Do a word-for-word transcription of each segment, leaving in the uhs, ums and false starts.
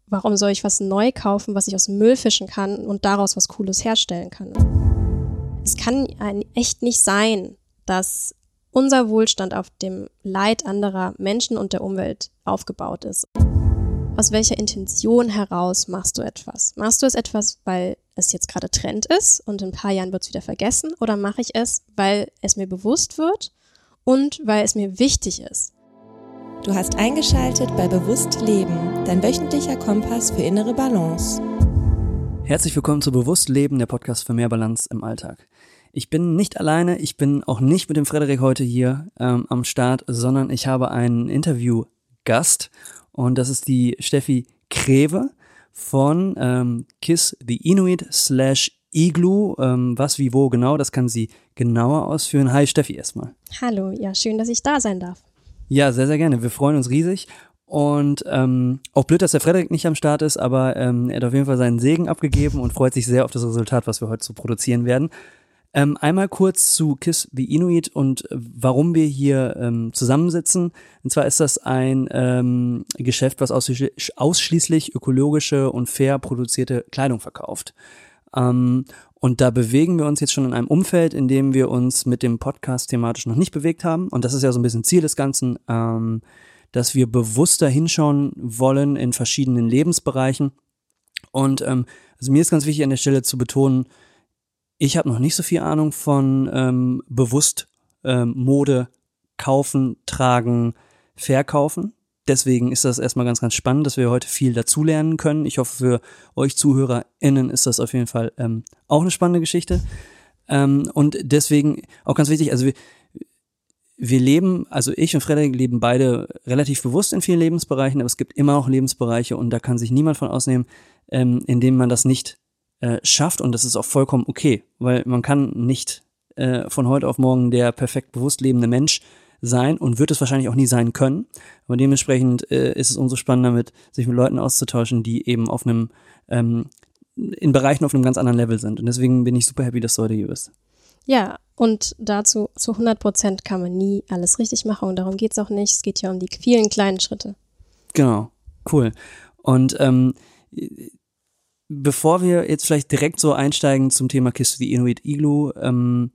warum soll ich was neu kaufen, was ich aus dem Müll fischen kann und daraus was Cooles herstellen kann? Es kann echt nicht sein, dass unser Wohlstand auf dem Leid anderer Menschen und der Umwelt aufgebaut ist. Aus welcher Intention heraus machst du etwas? Machst du es etwas, weil es jetzt gerade Trend ist und in ein paar Jahren wird es wieder vergessen? Oder mache ich es, weil es mir bewusst wird und weil es mir wichtig ist? Du hast eingeschaltet bei Bewusst Leben, dein wöchentlicher Kompass für innere Balance. Herzlich willkommen zu Bewusst Leben, der Podcast für mehr Balance im Alltag. Ich bin nicht alleine, ich bin auch nicht mit dem Frederik heute hier ähm, am Start, sondern ich habe einen Interviewgast und das ist die Steffi Krewe von ähm, Kiss the Inuit slash Igloo. Ähm, was, wie, wo genau, das kann sie genauer ausführen. Hi Steffi erstmal. Hallo, ja, schön, dass ich da sein darf. Ja, sehr, sehr gerne. Wir freuen uns riesig. Und ähm, auch blöd, dass der Frederik nicht am Start ist, aber ähm, er hat auf jeden Fall seinen Segen abgegeben und freut sich sehr auf das Resultat, was wir heute so produzieren werden. Ähm, einmal kurz zu Kiss the Inuit und warum wir hier ähm, zusammensitzen. Und zwar ist das ein ähm, Geschäft, was ausschließlich, ausschließlich ökologische und fair produzierte Kleidung verkauft. Ähm, und da bewegen wir uns jetzt schon in einem Umfeld, in dem wir uns mit dem Podcast thematisch noch nicht bewegt haben. Und das ist ja so ein bisschen Ziel des Ganzen, ähm, dass wir bewusster hinschauen wollen in verschiedenen Lebensbereichen. Und ähm, also mir ist ganz wichtig an der Stelle zu betonen, ich habe noch nicht so viel Ahnung von ähm, bewusst ähm, Mode kaufen, tragen, verkaufen. Deswegen ist das erstmal ganz, ganz spannend, dass wir heute viel dazulernen können. Ich hoffe, für euch ZuhörerInnen ist das auf jeden Fall ähm, auch eine spannende Geschichte. Ähm, und deswegen auch ganz wichtig, also wir, wir leben, also ich und Frederik leben beide relativ bewusst in vielen Lebensbereichen, aber es gibt immer auch Lebensbereiche und da kann sich niemand von ausnehmen, ähm, in denen man das nicht äh, schafft und das ist auch vollkommen okay, weil man kann nicht äh, von heute auf morgen der perfekt bewusst lebende Mensch sein und wird es wahrscheinlich auch nie sein können. Aber dementsprechend äh, ist es umso spannender, mit, sich mit Leuten auszutauschen, die eben auf einem, ähm, in Bereichen auf einem ganz anderen Level sind. Und deswegen bin ich super happy, dass du heute hier bist. Ja, und dazu zu hundert Prozent kann man nie alles richtig machen und darum geht es auch nicht. Es geht ja um die vielen kleinen Schritte. Genau, cool. Und ähm, bevor wir jetzt vielleicht direkt so einsteigen zum Thema Kiss the Inuit Igloo, ähm,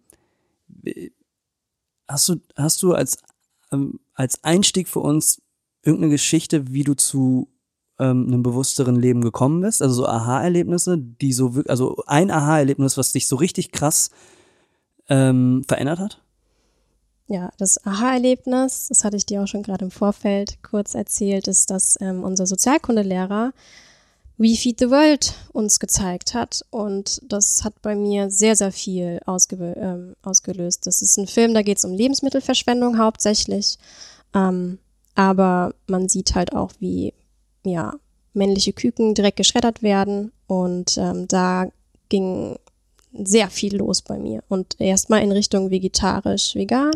Hast du, hast du als, ähm, als Einstieg für uns irgendeine Geschichte, wie du zu ähm, einem bewussteren Leben gekommen bist? Also so Aha-Erlebnisse, die so wirklich, also ein Aha-Erlebnis, was dich so richtig krass ähm, verändert hat? Ja, das Aha-Erlebnis, das hatte ich dir auch schon gerade im Vorfeld kurz erzählt, ist, dass ähm, unser Sozialkundelehrer We Feed the World uns gezeigt hat und das hat bei mir sehr, sehr viel ausge- ähm, ausgelöst. Das ist ein Film, da geht es um Lebensmittelverschwendung hauptsächlich, ähm, aber man sieht halt auch, wie ja männliche Küken direkt geschreddert werden und ähm, da ging sehr viel los bei mir und erstmal in Richtung vegetarisch-vegan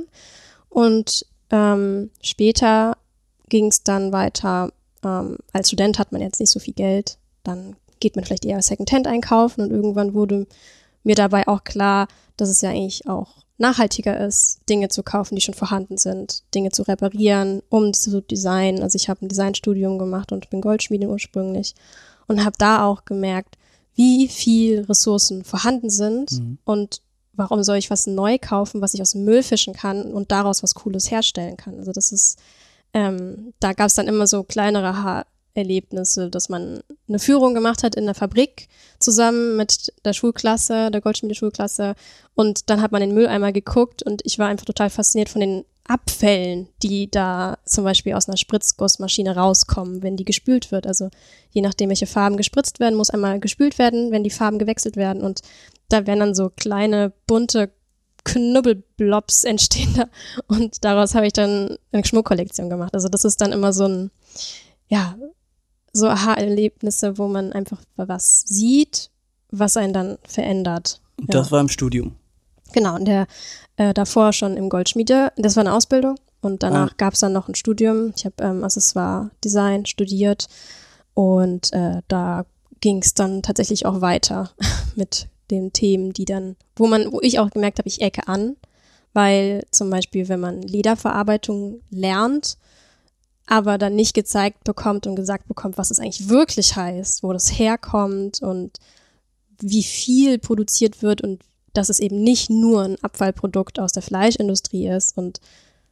und ähm, später ging es dann weiter, ähm, als Student hat man jetzt nicht so viel Geld, dann geht man vielleicht eher Secondhand einkaufen und irgendwann wurde mir dabei auch klar, dass es ja eigentlich auch nachhaltiger ist, Dinge zu kaufen, die schon vorhanden sind, Dinge zu reparieren, um sie zu designen. Also ich habe ein Designstudium gemacht und bin Goldschmiedin ursprünglich und habe da auch gemerkt, wie viel Ressourcen vorhanden sind mhm. und warum soll ich was neu kaufen, was ich aus dem Müll fischen kann und daraus was Cooles herstellen kann. Also das ist, ähm, da gab es dann immer so kleinere ha- Erlebnisse, dass man eine Führung gemacht hat in der Fabrik zusammen mit der Schulklasse, der Goldschmiede-Schulklasse und dann hat man in den Mülleimer geguckt und ich war einfach total fasziniert von den Abfällen, die da zum Beispiel aus einer Spritzgussmaschine rauskommen, wenn die gespült wird. Also je nachdem, welche Farben gespritzt werden, muss einmal gespült werden, wenn die Farben gewechselt werden und da werden dann so kleine, bunte Knubbelblobs entstehen da und daraus habe ich dann eine Schmuckkollektion gemacht. Also das ist dann immer so ein, ja, so Aha-Erlebnisse, wo man einfach was sieht, was einen dann verändert. Das ja. war im Studium. Genau, und der äh, davor schon im Goldschmiede, das war eine Ausbildung und danach ah. gab es dann noch ein Studium. Ich habe ähm, Accessoire-Design studiert und äh, da ging es dann tatsächlich auch weiter mit den Themen, die dann, wo man, wo ich auch gemerkt habe, ich ecke an, weil zum Beispiel, wenn man Lederverarbeitung lernt, aber dann nicht gezeigt bekommt und gesagt bekommt, was es eigentlich wirklich heißt, wo das herkommt und wie viel produziert wird und dass es eben nicht nur ein Abfallprodukt aus der Fleischindustrie ist und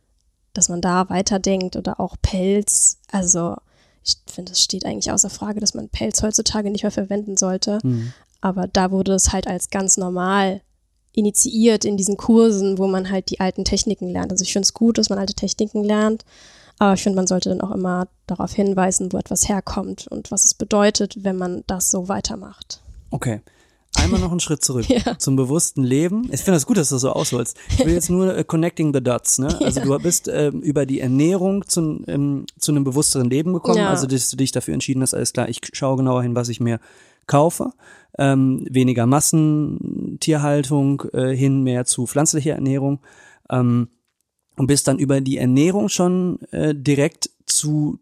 dass man da weiterdenkt oder auch Pelz. Also ich finde, es steht eigentlich außer Frage, dass man Pelz heutzutage nicht mehr verwenden sollte. Mhm. Aber da wurde es halt als ganz normal initiiert in diesen Kursen, wo man halt die alten Techniken lernt. Also ich finde es gut, dass man alte Techniken lernt, aber ich finde, man sollte dann auch immer darauf hinweisen, wo etwas herkommt und was es bedeutet, wenn man das so weitermacht. Okay. Einmal noch einen Schritt zurück ja. zum bewussten Leben. Ich finde das gut, dass du das so ausholst. Ich will jetzt nur uh, connecting the dots, ne? Also ja. du bist ähm, über die Ernährung zu, ähm, zu einem bewussteren Leben gekommen, ja. also dass du dich dafür entschieden hast, alles klar, ich schaue genauer hin, was ich mir kaufe. Ähm, weniger Massentierhaltung äh, hin, mehr zu pflanzlicher Ernährung. Ähm, und bist dann über die Ernährung schon äh, direkt zu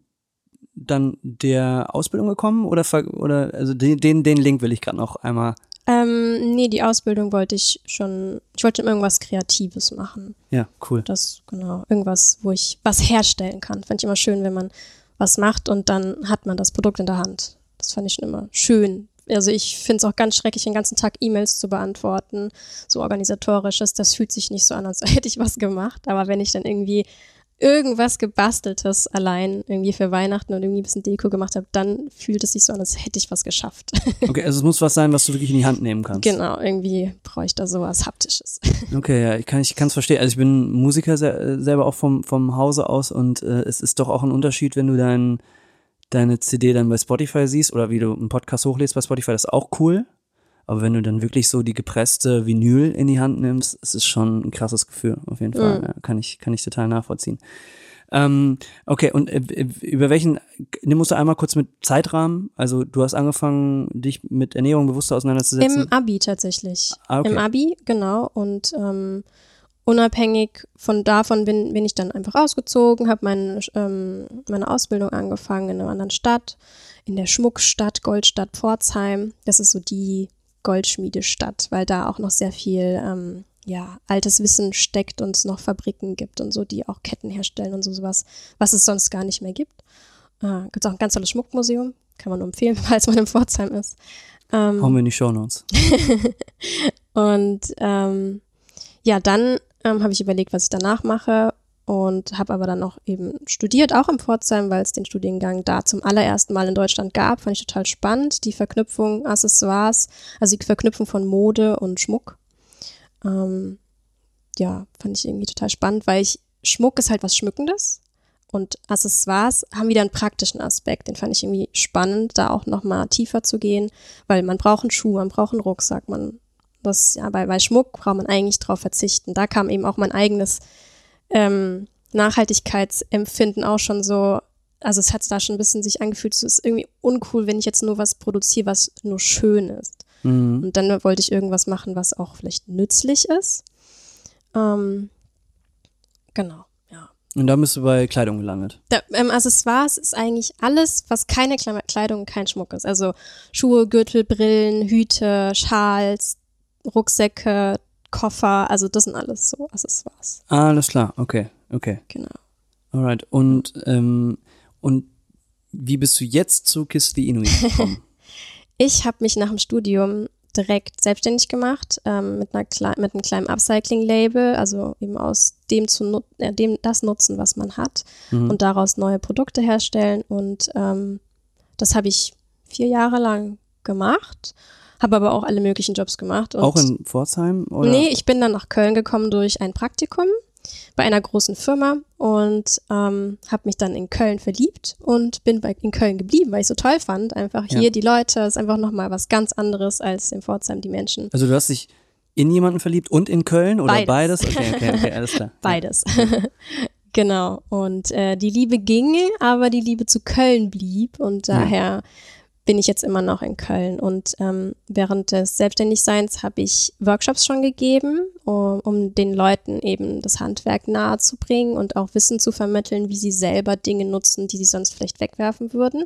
dann der Ausbildung gekommen? Oder, oder also den, den, den Link will ich gerade noch einmal Ähm, nee, die Ausbildung wollte ich schon, ich wollte irgendwas Kreatives machen. Ja, cool. Das, genau, irgendwas, wo ich was herstellen kann. Fand ich immer schön, wenn man was macht und dann hat man das Produkt in der Hand. Das fand ich schon immer schön. Also ich finde es auch ganz schrecklich, den ganzen Tag E-Mails zu beantworten, so organisatorisches, das fühlt sich nicht so an, als hätte ich was gemacht. Aber wenn ich dann irgendwie irgendwas Gebasteltes allein irgendwie für Weihnachten und irgendwie ein bisschen Deko gemacht habe, dann fühlt es sich so an, als hätte ich was geschafft. Okay, also es muss was sein, was du wirklich in die Hand nehmen kannst. Genau, irgendwie brauche ich da sowas Haptisches. Okay, ja, ich kann ich kann es verstehen. Also ich bin Musiker se- selber auch vom vom Hause aus und äh, es ist doch auch ein Unterschied, wenn du dein, deine C D dann bei Spotify siehst oder wie du einen Podcast hochlädst bei Spotify, das ist auch cool. Aber wenn du dann wirklich so die gepresste Vinyl in die Hand nimmst, es ist schon ein krasses Gefühl, auf jeden Fall. Mhm. Ja, kann ich, kann ich total nachvollziehen. Ähm, okay, und äh, über welchen, nimm musst du einmal kurz mit Zeitrahmen, also du hast angefangen, dich mit Ernährung bewusster auseinanderzusetzen? Im Abi tatsächlich. Ah, okay. Im Abi, genau. Und ähm, unabhängig von davon bin, bin ich dann einfach ausgezogen, habe meine, ähm, meine Ausbildung angefangen in einer anderen Stadt, in der Schmuckstadt, Goldstadt Pforzheim. Das ist so die Goldschmiedestadt, weil da auch noch sehr viel ähm, ja, altes Wissen steckt und es noch Fabriken gibt und so, die auch Ketten herstellen und so sowas, was es sonst gar nicht mehr gibt. Äh, gibt es auch ein ganz tolles Schmuckmuseum, kann man nur empfehlen, falls man in Pforzheim ist. Ähm, Hauen wir in die Shownotes. und ähm, ja, dann ähm, habe ich überlegt, was ich danach mache und habe aber dann noch eben studiert, auch in Pforzheim, weil es den Studiengang da zum allerersten Mal in Deutschland gab. Fand ich total spannend, die Verknüpfung Accessoires, also die Verknüpfung von Mode und Schmuck. Ähm, ja, fand ich irgendwie total spannend, weil ich, Schmuck ist halt was Schmückendes und Accessoires haben wieder einen praktischen Aspekt. Den fand ich irgendwie spannend, da auch nochmal tiefer zu gehen, weil man braucht einen Schuh, man braucht einen Rucksack, man, das, ja, bei, bei Schmuck braucht man eigentlich drauf verzichten. Da kam eben auch mein eigenes Ähm, Nachhaltigkeitsempfinden auch schon so, also es hat da schon ein bisschen sich angefühlt, es ist irgendwie uncool, wenn ich jetzt nur was produziere, was nur schön ist. Mhm. Und dann wollte ich irgendwas machen, was auch vielleicht nützlich ist. Ähm, genau, ja. Und da bist du bei Kleidung gelandet? Da, ähm, Accessoires ist eigentlich alles, was keine Kleidung und kein Schmuck ist. Also Schuhe, Gürtel, Brillen, Hüte, Schals, Rucksäcke, Koffer, also das sind alles so Accessoires. Ah, alles klar, okay, okay. Genau. Alright, und, ähm, und wie bist du jetzt zu Kiss the Inuit gekommen? Ich habe mich nach dem Studium direkt selbstständig gemacht, ähm, mit, einer Kle- mit einem kleinen Upcycling-Label, also eben aus dem zu nut- äh, dem das nutzen, was man hat mhm. und daraus neue Produkte herstellen und ähm, das habe ich vier Jahre lang gemacht. Habe aber auch alle möglichen Jobs gemacht. Und auch in Pforzheim? Oder? Nee, ich bin dann nach Köln gekommen durch ein Praktikum bei einer großen Firma und ähm, habe mich dann in Köln verliebt und bin bei, in Köln geblieben, weil ich so toll fand. Einfach hier ja. Die Leute, ist einfach nochmal was ganz anderes als in Pforzheim die Menschen. Also du hast dich in jemanden verliebt und in Köln oder beides? beides? Okay, okay, okay, alles klar. Beides. Ja. Genau. Und äh, die Liebe ging, aber die Liebe zu Köln blieb und daher ja. bin ich jetzt immer noch in Köln. Und ähm, während des Selbstständigseins habe ich Workshops schon gegeben, um, um den Leuten eben das Handwerk nahe zu bringen und auch Wissen zu vermitteln, wie sie selber Dinge nutzen, die sie sonst vielleicht wegwerfen würden.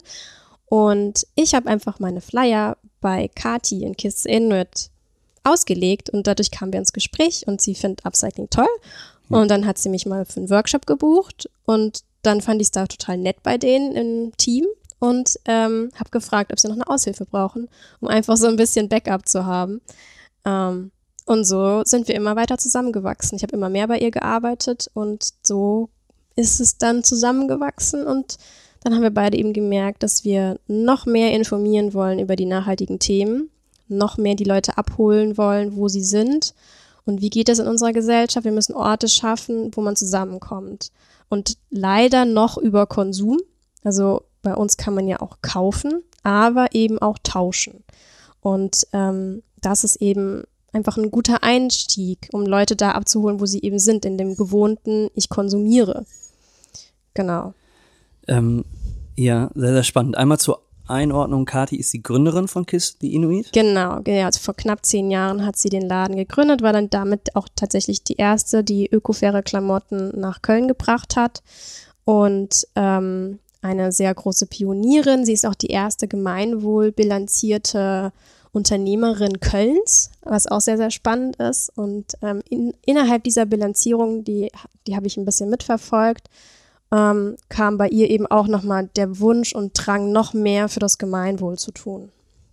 Und ich habe einfach meine Flyer bei Kati in Kiss the Inuit ausgelegt und dadurch kamen wir ins Gespräch und sie findet Upcycling toll. Und dann hat sie mich mal für einen Workshop gebucht und dann fand ich es da total nett bei denen im Team und ähm, habe gefragt, ob sie noch eine Aushilfe brauchen, um einfach so ein bisschen Backup zu haben. Ähm, und so sind wir immer weiter zusammengewachsen. Ich habe immer mehr bei ihr gearbeitet und so ist es dann zusammengewachsen und dann haben wir beide eben gemerkt, dass wir noch mehr informieren wollen über die nachhaltigen Themen, noch mehr die Leute abholen wollen, wo sie sind und wie geht es in unserer Gesellschaft. Wir müssen Orte schaffen, wo man zusammenkommt und leider noch über Konsum. Also bei uns kann man ja auch kaufen, aber eben auch tauschen und ähm, das ist eben einfach ein guter Einstieg, um Leute da abzuholen, wo sie eben sind, in dem gewohnten, ich konsumiere. Genau. Ähm, ja, sehr, sehr spannend. Einmal zur Einordnung, Kati ist die Gründerin von Kiss the Inuit. Genau, ja, also vor knapp zehn Jahren hat sie den Laden gegründet, war dann damit auch tatsächlich die erste, die ökofaire Klamotten nach Köln gebracht hat und ähm, eine sehr große Pionierin. Sie ist auch die erste gemeinwohlbilanzierte Unternehmerin Kölns, was auch sehr, sehr spannend ist und ähm, in, innerhalb dieser Bilanzierung, die, die habe ich ein bisschen mitverfolgt, Ähm, kam bei ihr eben auch nochmal der Wunsch und Drang, noch mehr für das Gemeinwohl zu tun.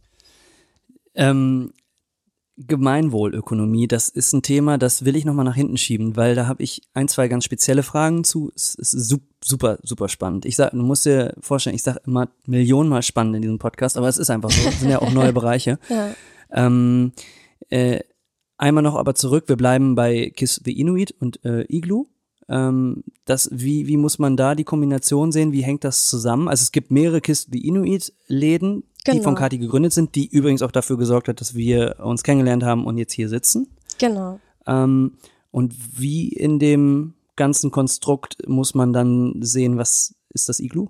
Ähm, Gemeinwohlökonomie, das ist ein Thema, das will ich nochmal nach hinten schieben, weil da habe ich ein, zwei ganz spezielle Fragen zu. Es ist super, super spannend. Ich sag, du musst dir vorstellen, ich sage immer Millionenmal spannend in diesem Podcast, aber es ist einfach so, es sind ja auch neue Bereiche. Ja. Ähm, äh, einmal noch aber zurück, wir bleiben bei Kiss the Inuit und äh, Igloo. Ähm, das, wie, wie muss man da die Kombination sehen? Wie hängt das zusammen? Also es gibt mehrere Kiss the Inuit-Läden, genau, die von Kati gegründet sind, die übrigens auch dafür gesorgt hat, dass wir uns kennengelernt haben und jetzt hier sitzen. Genau. Ähm, und wie in dem ganzen Konstrukt muss man dann sehen, was ist das Igloo?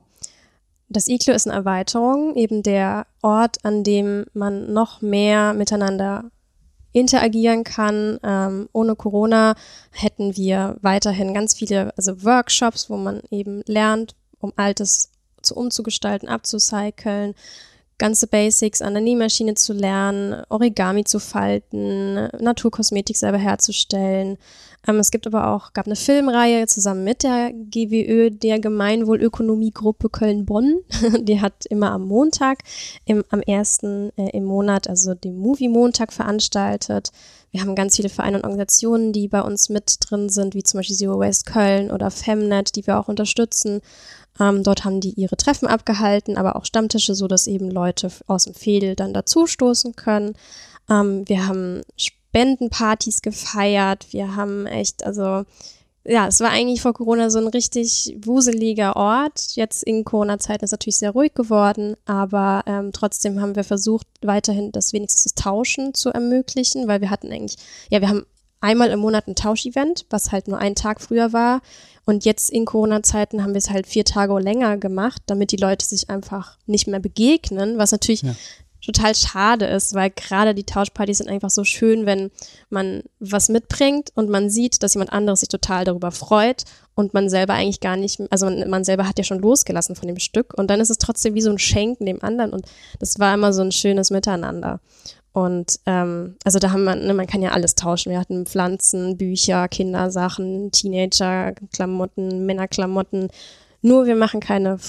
Das Igloo ist eine Erweiterung, eben der Ort, an dem man noch mehr miteinander interagieren kann. Ähm, ohne Corona hätten wir weiterhin ganz viele, also Workshops, wo man eben lernt, um Altes zu umzugestalten, abzucyceln, ganze Basics an der Nähmaschine zu lernen, Origami zu falten, Naturkosmetik selber herzustellen. Ähm, es gibt aber auch, gab eine Filmreihe zusammen mit der G W Ö, der Gemeinwohlökonomiegruppe Köln-Bonn. Die hat immer am Montag, im, am ersten äh, im Monat, also den Movie-Montag veranstaltet. Wir haben ganz viele Vereine und Organisationen, die bei uns mit drin sind, wie zum Beispiel Zero Waste Köln oder Femnet, die wir auch unterstützen. Ähm, dort haben die ihre Treffen abgehalten, aber auch Stammtische, so dass eben Leute aus dem Fädel dann dazustoßen können. Ähm, wir haben Spendenpartys gefeiert. Wir haben echt, also ja, es war eigentlich vor Corona so ein richtig wuseliger Ort. Jetzt in Corona-Zeiten ist es natürlich sehr ruhig geworden, aber ähm, trotzdem haben wir versucht, weiterhin das wenigstens das Tauschen zu ermöglichen, weil wir hatten eigentlich, ja, wir haben einmal im Monat ein Tauschevent, was halt nur einen Tag früher war. Und jetzt in Corona-Zeiten haben wir es halt vier Tage länger gemacht, damit die Leute sich einfach nicht mehr begegnen, was natürlich ja total schade ist, weil gerade die Tauschpartys sind einfach so schön, wenn man was mitbringt und man sieht, dass jemand anderes sich total darüber freut und man selber eigentlich gar nicht, also man, man selber hat ja schon losgelassen von dem Stück und dann ist es trotzdem wie so ein Schenken dem anderen und das war immer so ein schönes Miteinander. Und ähm, also da haben wir, ne, man kann ja alles tauschen. Wir hatten Pflanzen, Bücher, Kindersachen, Teenager-Klamotten, Männerklamotten. Nur wir machen keine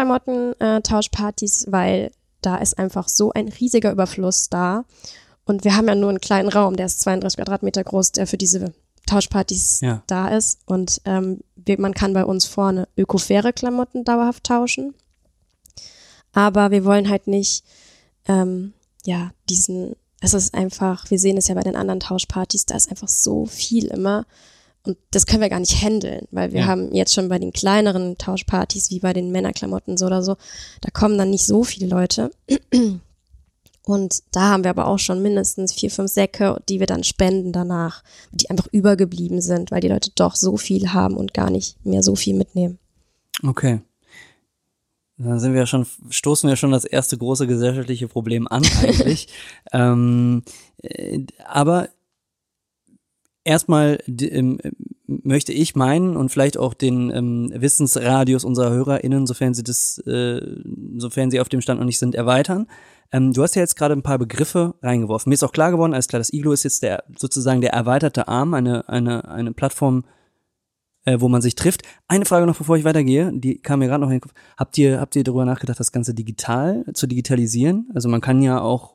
Frauenklamotten-Tauschpartys, weil da ist einfach so ein riesiger Überfluss da. Und wir haben ja nur einen kleinen Raum, der ist zweiunddreißig Quadratmeter groß, der für diese Tauschpartys ja da ist. Und ähm, wir, man kann bei uns vorne ökofaire Klamotten dauerhaft tauschen. Aber wir wollen halt nicht, ähm, ja, diesen, es ist einfach, wir sehen es ja bei den anderen Tauschpartys, da ist einfach so viel immer. Und das können wir gar nicht handeln, weil wir ja haben jetzt schon bei den kleineren Tauschpartys, wie bei den Männerklamotten so oder so, da kommen dann nicht so viele Leute. Und da haben wir aber auch schon mindestens vier, fünf Säcke, die wir dann spenden danach, die einfach übergeblieben sind, weil die Leute doch so viel haben und gar nicht mehr so viel mitnehmen. Okay. Dann sind wir schon, stoßen wir schon das erste große gesellschaftliche Problem an eigentlich. ähm, äh, aber erstmal ähm, möchte ich meinen und vielleicht auch den ähm, Wissensradius unserer HörerInnen, sofern sie das, äh, sofern sie auf dem Stand noch nicht sind, erweitern. Ähm, du hast ja jetzt gerade ein paar Begriffe reingeworfen. Mir ist auch klar geworden, alles klar, das Igloo ist jetzt der sozusagen der erweiterte Arm, eine eine eine Plattform äh, wo man sich trifft. Eine Frage noch, bevor ich weitergehe, die kam mir gerade noch in den Kopf. Habt ihr, habt ihr darüber nachgedacht, das Ganze digital zu digitalisieren? Also man kann ja auch,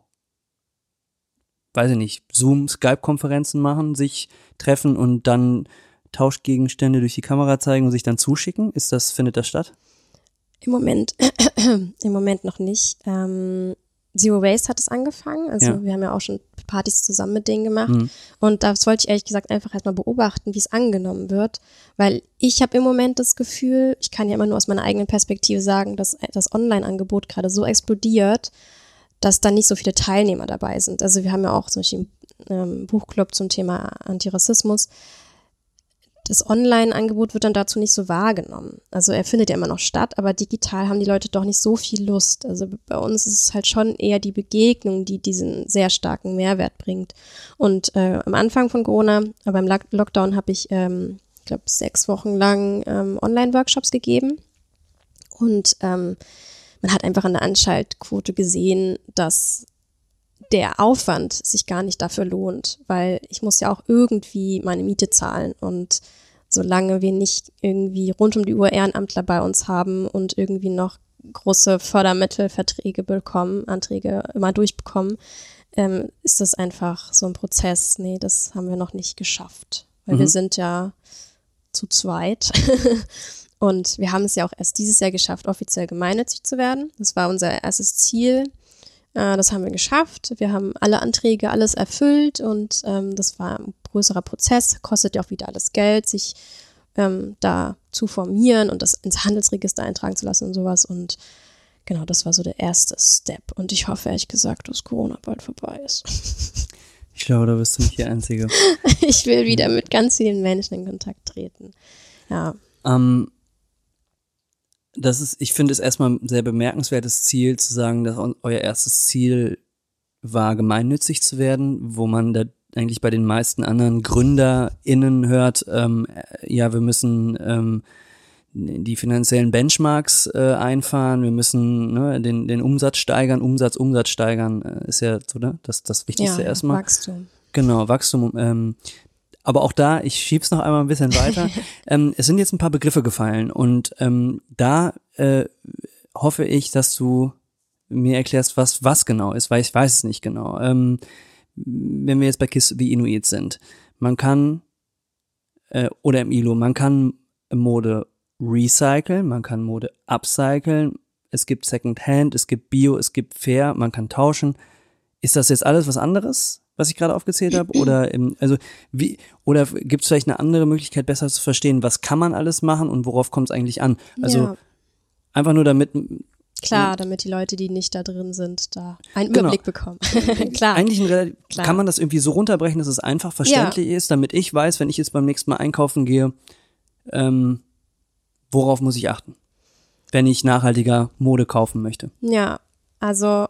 weiß ich nicht, Zoom, Skype-Konferenzen machen, sich treffen und dann Tauschgegenstände durch die Kamera zeigen und sich dann zuschicken. Ist das, findet das statt? Im Moment, im Moment noch nicht. Ähm, Zero Waste hat es angefangen. Also Ja. wir haben ja auch schon Partys zusammen mit denen gemacht. Mhm. Und das wollte ich ehrlich gesagt einfach erstmal beobachten, wie es angenommen wird. Weil ich habe im Moment das Gefühl, ich kann ja immer nur aus meiner eigenen Perspektive sagen, dass das Online-Angebot gerade so explodiert, dass da nicht so viele Teilnehmer dabei sind. Also wir haben ja auch zum Beispiel einen ähm, Buchclub zum Thema Antirassismus. Das Online-Angebot wird dann dazu nicht so wahrgenommen. Also er findet ja immer noch statt, aber digital haben die Leute doch nicht so viel Lust. Also bei uns ist es halt schon eher die Begegnung, die diesen sehr starken Mehrwert bringt. Und äh, am Anfang von Corona, äh, beim Lock- Lockdown habe ich, ähm, ich glaube, sechs Wochen lang ähm, Online-Workshops gegeben. Und ähm, man hat einfach an der Anschaltquote gesehen, dass der Aufwand sich gar nicht dafür lohnt, weil ich muss ja auch irgendwie meine Miete zahlen und solange wir nicht irgendwie rund um die Uhr Ehrenamtler bei uns haben und irgendwie noch große Fördermittelverträge bekommen, Anträge immer durchbekommen, ähm, ist das einfach so ein Prozess. Nee, das haben wir noch nicht geschafft, weil Mhm. wir sind ja zu zweit und wir haben es ja auch erst dieses Jahr geschafft, offiziell gemeinnützig zu werden. Das war unser erstes Ziel. Das haben wir geschafft. Wir haben alle Anträge, alles erfüllt und ähm, das war ein größerer Prozess. Kostet ja auch wieder alles Geld, sich ähm, da zu formieren und das ins Handelsregister eintragen zu lassen und sowas. Und genau, das war so der erste Step. Und ich hoffe ehrlich gesagt, dass Corona bald vorbei ist. Ich glaube, da bist du nicht die Einzige. Ich will wieder mit ganz vielen Menschen in Kontakt treten. Ja. Ähm, das ist, ich finde es erstmal ein sehr bemerkenswertes Ziel, zu sagen, dass eu- euer erstes Ziel war, gemeinnützig zu werden, wo man da eigentlich bei den meisten anderen GründerInnen hört, ähm, äh, ja, wir müssen ähm, die finanziellen Benchmarks äh, einfahren, wir müssen ne, den, den Umsatz steigern, Umsatz, Umsatz steigern, äh, ist ja so, ne? das, das Wichtigste Ja, erstmal. Wachstum. Genau, Wachstum. Ähm, aber auch da, ich schieb's noch einmal ein bisschen weiter. ähm, es sind jetzt ein paar Begriffe gefallen und ähm, da äh, hoffe ich, dass du mir erklärst, was was genau ist, weil ich weiß es nicht genau. Ähm, wenn wir jetzt bei Kiss the Inuit sind, man kann äh, oder im I L O, man kann Mode recyceln, man kann Mode upcyclen, es gibt Secondhand, es gibt Bio, es gibt Fair, man kann tauschen. Ist das jetzt alles was anderes, was ich gerade aufgezählt habe? Oder im, also wie, oder gibt es vielleicht eine andere Möglichkeit, besser zu verstehen, was kann man alles machen und worauf kommt es eigentlich an? Also Ja. einfach nur damit. Klar, damit die Leute, die nicht da drin sind, da einen Genau. Überblick bekommen. Klar. Eigentlich ein relativ, Klar. kann man das irgendwie so runterbrechen, dass es einfach verständlich ist, damit ich weiß, wenn ich jetzt beim nächsten Mal einkaufen gehe, ähm, worauf muss ich achten, wenn ich nachhaltiger Mode kaufen möchte. Ja, also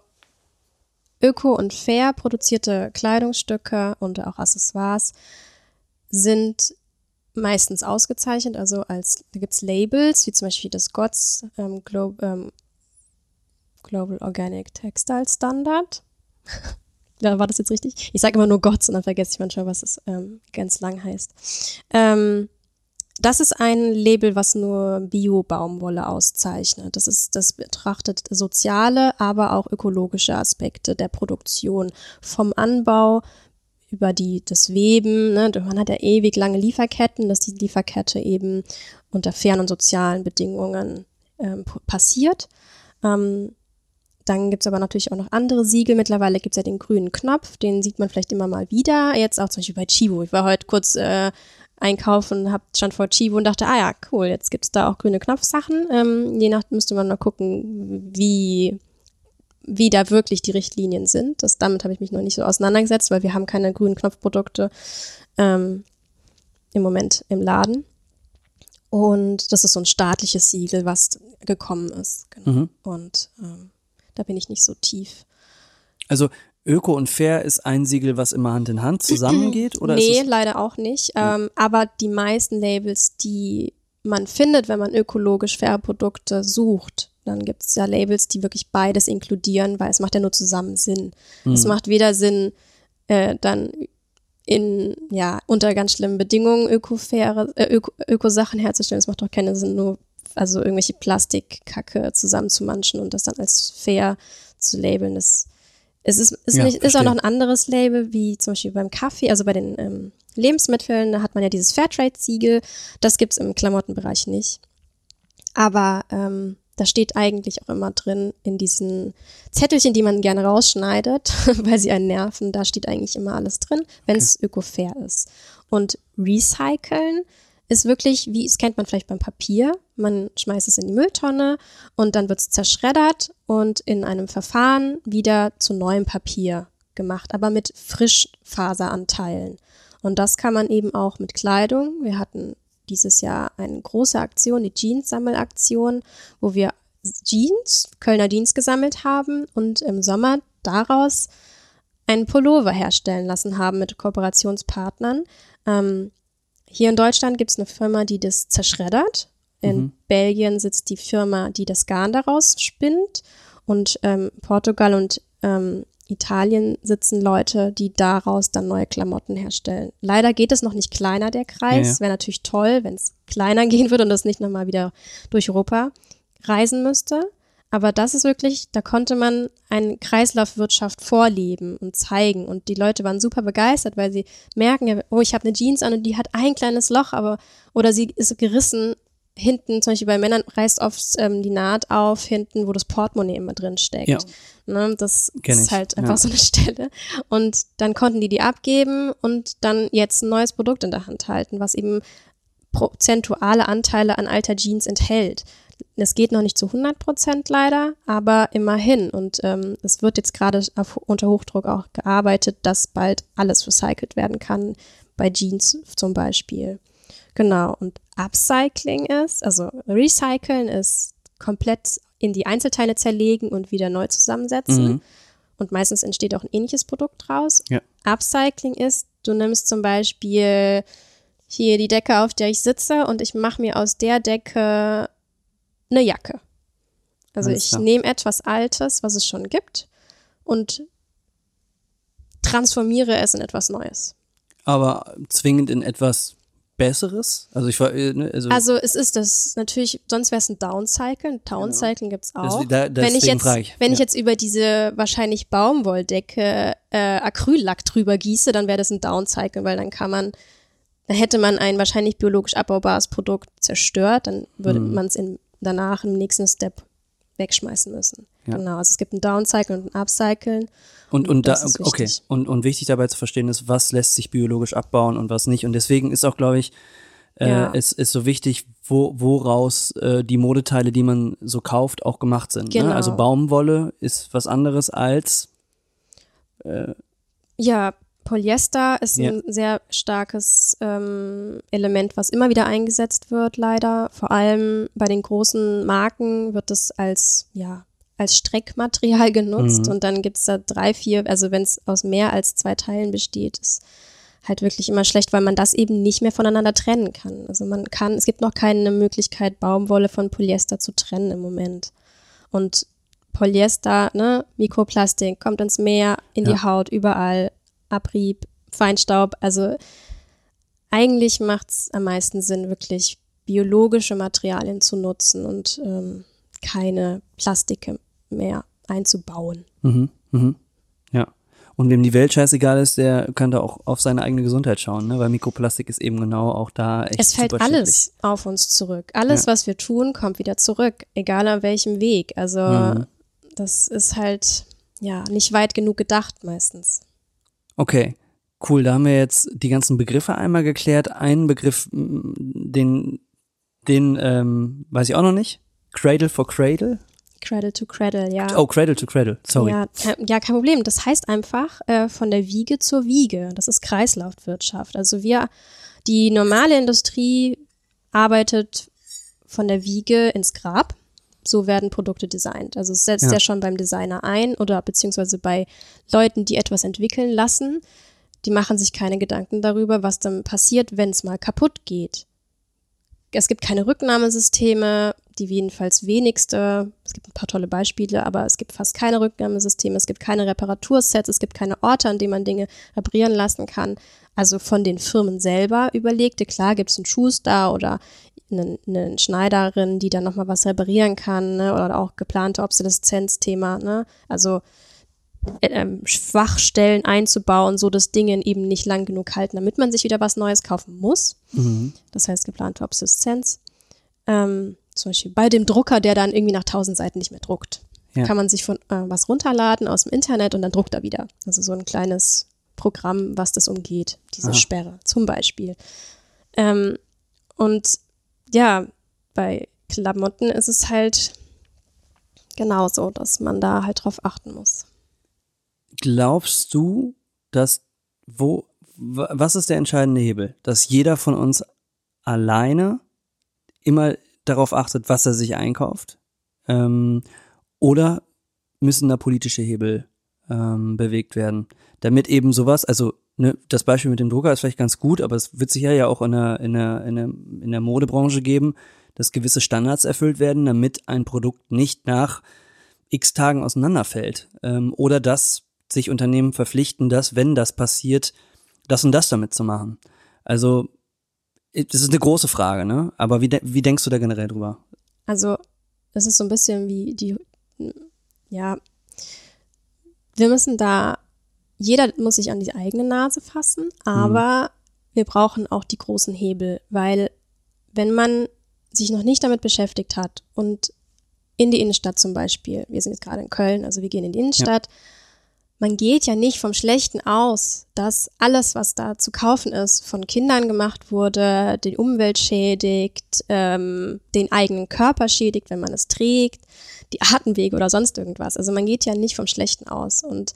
öko und fair produzierte Kleidungsstücke und auch Accessoires sind meistens ausgezeichnet, also als, da gibt's Labels, wie zum Beispiel das G O T S, ähm, Glo- ähm, Global Organic Textile Standard. Ja, war das jetzt richtig? Ich sage immer nur G O T S und dann vergesse ich manchmal, was es ähm, ganz lang heißt. Ähm, das ist ein Label, was nur Bio-Baumwolle auszeichnet. Das ist, das betrachtet soziale, aber auch ökologische Aspekte der Produktion. Vom Anbau über die, das Weben, ne? Man hat ja ewig lange Lieferketten, dass die Lieferkette eben unter fairen und sozialen Bedingungen ähm, passiert. Ähm, Dann gibt's aber natürlich auch noch andere Siegel. Mittlerweile gibt's ja den grünen Knopf, den sieht man vielleicht immer mal wieder. Jetzt auch zum Beispiel bei Chibo. Ich war heute kurz äh, einkaufen, hab, stand vor Chibo und dachte, ah ja, cool, jetzt gibt's da auch grüne Knopfsachen. Ähm, je nach müsste man mal gucken, wie, wie da wirklich die Richtlinien sind. Das, damit habe ich mich noch nicht so auseinandergesetzt, weil wir haben keine grünen Knopfprodukte ähm, im Moment im Laden. Und das ist so ein staatliches Siegel, was gekommen ist. Genau. Mhm. Und ähm, da bin ich nicht so tief. Also Öko und Fair ist ein Siegel, was immer Hand in Hand zusammengeht? Oder nee, ist es, leider auch nicht. Ja. Ähm, aber die meisten Labels, die man findet, wenn man ökologisch faire Produkte sucht, dann gibt es ja Labels, die wirklich beides inkludieren, weil es macht ja nur zusammen Sinn. Mhm. Es macht weder Sinn, äh, dann in, ja, unter ganz schlimmen Bedingungen Öko-faire, äh, Öko, Öko-Sachen herzustellen. Es macht doch keinen Sinn, nur also irgendwelche Plastikkacke zusammenzumanschen und das dann als fair zu labeln. Das es ist, ist, Ja, nicht, ist auch verstehe. noch ein anderes Label, wie zum Beispiel beim Kaffee, also bei den ähm, Lebensmitteln, da hat man ja dieses Fairtrade-Siegel. Das gibt's im Klamottenbereich nicht. Aber ähm, da steht eigentlich auch immer drin in diesen Zettelchen, die man gerne rausschneidet, weil sie einen nerven, da steht eigentlich immer alles drin, wenn es Okay. öko-fair ist. Und Recyceln ist wirklich, wie es kennt man vielleicht beim Papier, man schmeißt es in die Mülltonne und dann wird es zerschreddert und in einem Verfahren wieder zu neuem Papier gemacht, aber mit Frischfaseranteilen. Und das kann man eben auch mit Kleidung. Wir hatten dieses Jahr eine große Aktion, die Jeans-Sammelaktion, wo wir Jeans, Kölner Jeans gesammelt haben und im Sommer daraus einen Pullover herstellen lassen haben mit Kooperationspartnern. Ähm, hier in Deutschland gibt es eine Firma, die das zerschreddert. In Mhm. Belgien sitzt die Firma, die das Garn daraus spinnt. Und ähm, Portugal und ähm, Italien sitzen Leute, die daraus dann neue Klamotten herstellen. Leider geht es noch nicht kleiner, der Kreis. Ja, ja. Wäre natürlich toll, wenn es kleiner gehen würde und das nicht nochmal wieder durch Europa reisen müsste. Aber das ist wirklich, da konnte man eine Kreislaufwirtschaft vorleben und zeigen. Und die Leute waren super begeistert, weil sie merken, ja, oh, ich habe eine Jeans an und die hat ein kleines Loch, aber oder sie ist gerissen. Hinten, zum Beispiel bei Männern, reißt oft ähm, die Naht auf, hinten, wo das Portemonnaie immer drin steckt. Ja. Ne, das Kenn ist ich, halt einfach ja. so eine Stelle. Und dann konnten die die abgeben und dann jetzt ein neues Produkt in der Hand halten, was eben prozentuale Anteile an alter Jeans enthält. Es geht noch nicht zu hundert Prozent leider, aber immerhin. Und ähm, es wird jetzt gerade auf, unter Hochdruck auch gearbeitet, dass bald alles recycelt werden kann, bei Jeans zum Beispiel. Genau, und Upcycling ist, also Recyceln ist komplett in die Einzelteile zerlegen und wieder neu zusammensetzen. Mhm. Und meistens entsteht auch ein ähnliches Produkt draus. Ja. Upcycling ist, du nimmst zum Beispiel hier die Decke, auf der ich sitze und ich mache mir aus der Decke eine Jacke. Also Alles ich klar. nehme etwas Altes, was es schon gibt und transformiere es in etwas Neues. Aber zwingend in etwas Besseres? Also ich war, äh, ne, also, Also es ist das natürlich, sonst wäre es ein Downcycle. Ein Downcycling gibt's auch. Das- da- wenn ich deswegen jetzt, frage ich, wenn ich ja. jetzt über diese wahrscheinlich Baumwolldecke äh, Acryllack drüber gieße, dann wäre das ein Downcycle, weil dann kann man, dann hätte man ein wahrscheinlich biologisch abbaubares Produkt zerstört, dann würde Mhm. man es in danach im nächsten Step wegschmeißen müssen. Ja. Genau, also es gibt ein Downcycle und ein Upcyclen. Und, und da, das ist okay. wichtig. Und, und wichtig dabei zu verstehen ist, was lässt sich biologisch abbauen und was nicht. Und deswegen ist auch, glaube ich, äh, Ja. es ist so wichtig, wo, woraus äh, die Modeteile, die man so kauft, auch gemacht sind. Genau. Ne? Also Baumwolle ist was anderes als Ja, Polyester ist Ja. ein sehr starkes ähm, Element, was immer wieder eingesetzt wird, leider. Vor allem bei den großen Marken wird es als, ja, als Streckmaterial genutzt Mhm. und dann gibt's da drei, vier, also wenn es aus mehr als zwei Teilen besteht, ist halt wirklich immer schlecht, weil man das eben nicht mehr voneinander trennen kann. Also man kann, es gibt noch keine Möglichkeit, Baumwolle von Polyester zu trennen im Moment. Und Polyester, ne, Mikroplastik, kommt ins Meer, in Ja. die Haut, überall, Abrieb, Feinstaub. Also eigentlich macht es am meisten Sinn, wirklich biologische Materialien zu nutzen und ähm, keine Plastike mehr einzubauen. Mhm, mhm. Ja. Und wem die Welt scheißegal ist, der kann da auch auf seine eigene Gesundheit schauen, ne? Weil Mikroplastik ist eben genau auch da echt Es fällt super alles auf uns zurück. Alles, Ja. was wir tun, kommt wieder zurück, egal an welchem Weg. Also Mhm. das ist halt ja nicht weit genug gedacht meistens. Okay, cool. Da haben wir jetzt die ganzen Begriffe einmal geklärt. Einen Begriff, m, den, den ähm, weiß ich auch noch nicht. Cradle for Cradle. Cradle to Cradle, ja. Oh, Cradle to Cradle. Sorry. Ja, kein, ja, kein Problem. Das heißt einfach äh, von der Wiege zur Wiege. Das ist Kreislaufwirtschaft. Also wir, die normale Industrie arbeitet von der Wiege ins Grab. So werden Produkte designt. Also es setzt Ja. ja schon beim Designer ein oder beziehungsweise bei Leuten, die etwas entwickeln lassen. Die machen sich keine Gedanken darüber, was dann passiert, wenn es mal kaputt geht. Es gibt keine Rücknahmesysteme, die jedenfalls wenigste. Es gibt ein paar tolle Beispiele, aber es gibt fast keine Rücknahmesysteme. Es gibt keine Reparatursets, es gibt keine Orte, an denen man Dinge reparieren lassen kann. also von den Firmen selber überlegte. Klar gibt es einen Schuster oder eine, eine Schneiderin, die dann nochmal was reparieren kann, ne? Oder auch geplante Obsoleszenzthema, ne? Also ähm, Schwachstellen einzubauen, so dass Dinge eben nicht lang genug halten, damit man sich wieder was Neues kaufen muss. Mhm. Das heißt geplante Obsoleszenz. Ähm, zum Beispiel bei dem Drucker, der dann irgendwie nach tausend Seiten nicht mehr druckt. Ja. Kann man sich von äh, was runterladen aus dem Internet und dann druckt er wieder. Also so ein kleines Programm, was das umgeht, diese Aha. Sperre zum Beispiel. Ähm, und ja, bei Klamotten ist es halt genauso, dass man da halt drauf achten muss. Glaubst du, dass, wo, was ist der entscheidende Hebel? Dass jeder von uns alleine immer darauf achtet, was er sich einkauft? Ähm, oder müssen da politische Hebel ähm, bewegt werden? Damit eben sowas, also ne, das Beispiel mit dem Drucker ist vielleicht ganz gut, aber es wird sicher ja auch in der, in der, in der, in der Modebranche geben, dass gewisse Standards erfüllt werden, damit ein Produkt nicht nach x Tagen auseinanderfällt. Ähm, oder dass sich Unternehmen verpflichten, dass, wenn das passiert, das und das damit zu machen. Also, das ist eine große Frage, ne? Aber wie, de- wie denkst du da generell drüber? Also, es ist so ein bisschen wie die, ja, wir müssen da, jeder muss sich an die eigene Nase fassen, aber mhm. wir brauchen auch die großen Hebel, weil wenn man sich noch nicht damit beschäftigt hat und in die Innenstadt zum Beispiel, wir sind jetzt gerade in Köln, also wir gehen in die Innenstadt, ja. Man geht ja nicht vom Schlechten aus, dass alles, was da zu kaufen ist, von Kindern gemacht wurde, die Umwelt schädigt, ähm, den eigenen Körper schädigt, wenn man es trägt, die Atemwege oder sonst irgendwas. Also man geht ja nicht vom Schlechten aus und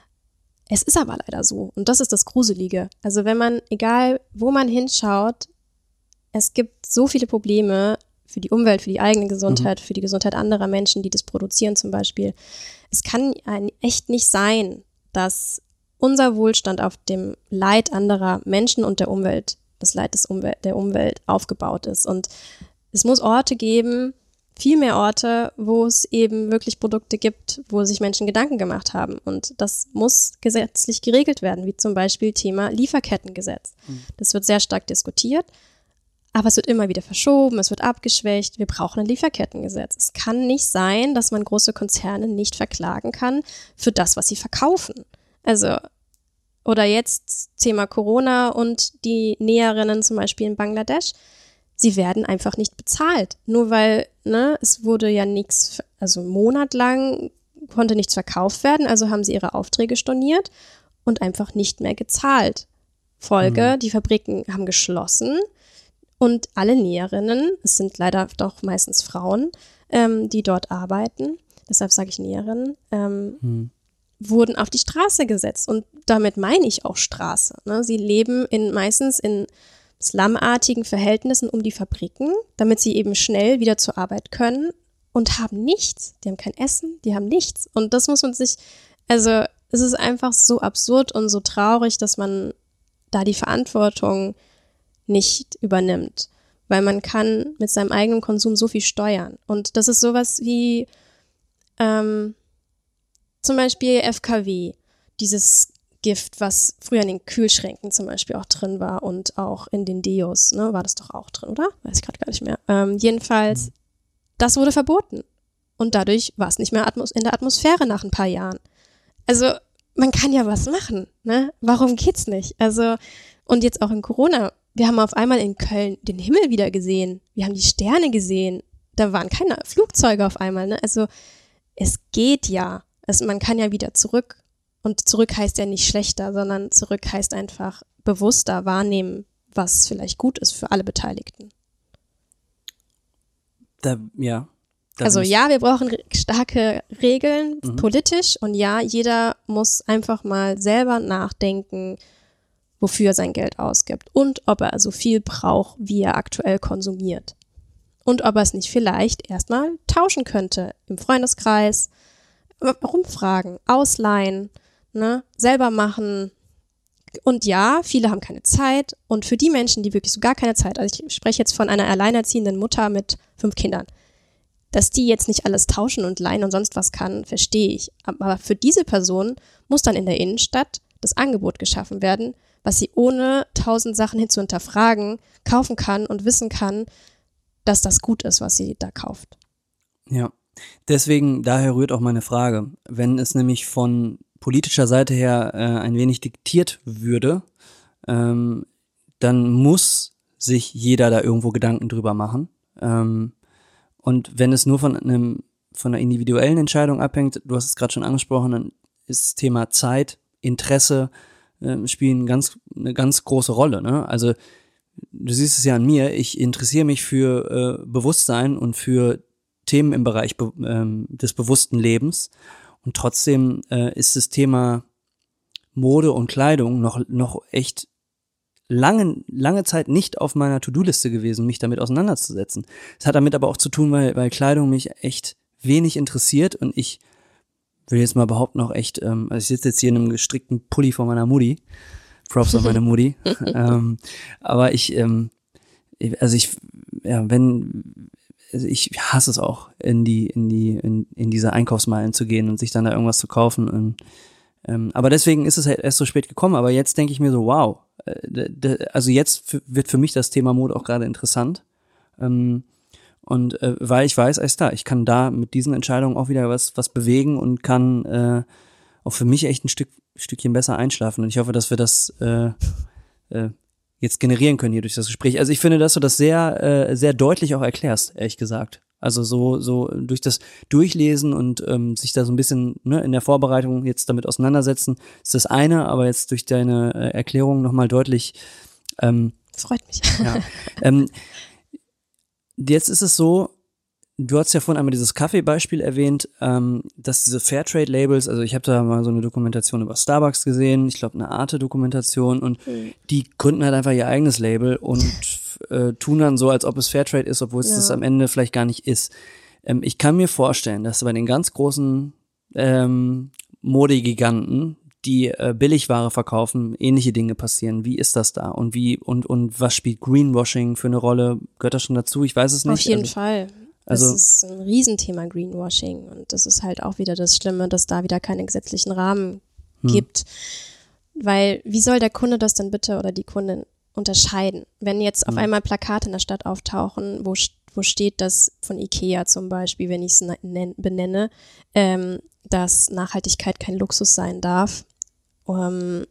es ist aber leider so und das ist das Gruselige. Also wenn man, egal wo man hinschaut, es gibt so viele Probleme für die Umwelt, für die eigene Gesundheit, mhm. für die Gesundheit anderer Menschen, die das produzieren zum Beispiel. Es kann echt nicht sein, dass unser Wohlstand auf dem Leid anderer Menschen und der Umwelt, das Leid des Umwelt, der Umwelt aufgebaut ist. Und es muss Orte geben, viel mehr Orte, wo es eben wirklich Produkte gibt, wo sich Menschen Gedanken gemacht haben. Und das muss gesetzlich geregelt werden, wie zum Beispiel Thema Lieferkettengesetz. Mhm. Das wird sehr stark diskutiert. Aber es wird immer wieder verschoben, es wird abgeschwächt. Wir brauchen ein Lieferkettengesetz. Es kann nicht sein, dass man große Konzerne nicht verklagen kann für das, was sie verkaufen. Also, oder jetzt Thema Corona und die Näherinnen zum Beispiel in Bangladesch. Sie werden einfach nicht bezahlt. Nur weil, ne, es wurde ja nichts, also monatelang konnte nichts verkauft werden, also haben sie ihre Aufträge storniert und einfach nicht mehr gezahlt. Folge, mhm. die Fabriken haben geschlossen. Und alle Näherinnen, es sind leider doch meistens Frauen, ähm, die dort arbeiten, deshalb sage ich Näherinnen, ähm, hm. wurden auf die Straße gesetzt. Und damit meine ich auch Straße. Ne? Sie leben in meistens in slumartigen Verhältnissen um die Fabriken, damit sie eben schnell wieder zur Arbeit können und haben nichts. Die haben kein Essen, die haben nichts. Und das muss man sich, also es ist einfach so absurd und so traurig, dass man da die Verantwortung nicht übernimmt, weil man kann mit seinem eigenen Konsum so viel steuern. Und das ist sowas wie ähm, zum Beispiel F K W, dieses Gift, was früher in den Kühlschränken zum Beispiel auch drin war und auch in den Deos, ne, war das doch auch drin, oder? Weiß ich gerade gar nicht mehr. Ähm, jedenfalls, das wurde verboten. Und dadurch war es nicht mehr Atmos- in der Atmosphäre nach ein paar Jahren. Also man kann ja was machen, ne? Warum geht's nicht? Also und jetzt auch in Corona, wir haben auf einmal in Köln den Himmel wieder gesehen. Wir haben die Sterne gesehen. Da waren keine Flugzeuge auf einmal. Ne? Also es geht ja. Also man kann ja wieder zurück. Und zurück heißt ja nicht schlechter, sondern zurück heißt einfach bewusster wahrnehmen, was vielleicht gut ist für alle Beteiligten. Da, ja. Da also ja, wir brauchen starke Regeln mhm. politisch. Und ja, jeder muss einfach mal selber nachdenken, wofür er sein Geld ausgibt und ob er so viel braucht, wie er aktuell konsumiert. Und ob er es nicht vielleicht erstmal tauschen könnte im Freundeskreis, rumfragen, ausleihen, ne, selber machen. Und ja, viele haben keine Zeit und für die Menschen, die wirklich so gar keine Zeit, also ich spreche jetzt von einer alleinerziehenden Mutter mit fünf Kindern, dass die jetzt nicht alles tauschen und leihen und sonst was kann, verstehe ich. Aber für diese Person muss dann in der Innenstadt das Angebot geschaffen werden, was sie ohne tausend Sachen hin zu hinterfragen, kaufen kann und wissen kann, dass das gut ist, was sie da kauft. Ja, deswegen, daher rührt auch meine Frage. Wenn es nämlich von politischer Seite her äh, ein wenig diktiert würde, ähm, dann muss sich jeder da irgendwo Gedanken drüber machen. Ähm, und wenn es nur von einem von einer individuellen Entscheidung abhängt, du hast es gerade schon angesprochen, dann ist das Thema Zeit, Interesse äh, spielen ganz eine ganz große Rolle. Ne? Also du siehst es ja an mir, ich interessiere mich für äh, Bewusstsein und für Themen im Bereich be- ähm, des bewussten Lebens und trotzdem äh, ist das Thema Mode und Kleidung noch noch echt lange lange Zeit nicht auf meiner To-Do-Liste gewesen, mich damit auseinanderzusetzen. Es hat damit aber auch zu tun, weil weil Kleidung mich echt wenig interessiert und ich will jetzt mal behaupten auch echt, ähm, also ich sitze jetzt hier in einem gestrickten Pulli von meiner Mutti, Props an meine Mutti, ähm, aber ich, ähm, also ich, ja, wenn, also ich hasse es auch, in die, in die, in, in diese Einkaufsmeilen zu gehen und sich dann da irgendwas zu kaufen und, ähm, aber deswegen ist es halt erst so spät gekommen, aber jetzt denke ich mir so, wow, äh, d- d- also jetzt f- wird für mich das Thema Mode auch gerade interessant, ähm, und äh, weil ich weiß, alles klar, ich kann da mit diesen Entscheidungen auch wieder was was bewegen und kann äh, auch für mich echt ein Stück Stückchen besser einschlafen. Und ich hoffe, dass wir das äh, äh, jetzt generieren können hier durch das Gespräch. Also ich finde, dass du das sehr äh, sehr deutlich auch erklärst, ehrlich gesagt. Also so so durch das Durchlesen und ähm, sich da so ein bisschen ne, in der Vorbereitung jetzt damit auseinandersetzen, ist das eine, aber jetzt durch deine äh, Erklärung nochmal deutlich ähm, Freut mich. ja, ähm, jetzt ist es so, du hast ja vorhin einmal dieses Kaffeebeispiel erwähnt, ähm, dass diese Fairtrade-Labels, also ich habe da mal so eine Dokumentation über Starbucks gesehen, ich glaube eine Arte-Dokumentation und Mhm. die gründen halt einfach ihr eigenes Label und äh, tun dann so, als ob es Fairtrade ist, obwohl es Ja. das am Ende vielleicht gar nicht ist. Ähm, ich kann mir vorstellen, dass bei den ganz großen ähm, Modegiganten, die äh, Billigware verkaufen, ähnliche Dinge passieren. Wie ist das da? Und wie und und was spielt Greenwashing für eine Rolle? Gehört das schon dazu? Ich weiß es nicht. Auf jeden also, Fall. also- Das ist ein Riesenthema Greenwashing und das ist halt auch wieder das Schlimme, dass da wieder keine gesetzlichen Rahmen Hm. gibt. Weil wie soll der Kunde das denn bitte oder die Kundin unterscheiden? Wenn jetzt auf Hm. einmal Plakate in der Stadt auftauchen, wo, st- wo steht, dass von Ikea zum Beispiel, wenn ich es nen- benenne, ähm, dass Nachhaltigkeit kein Luxus sein darf, ähm,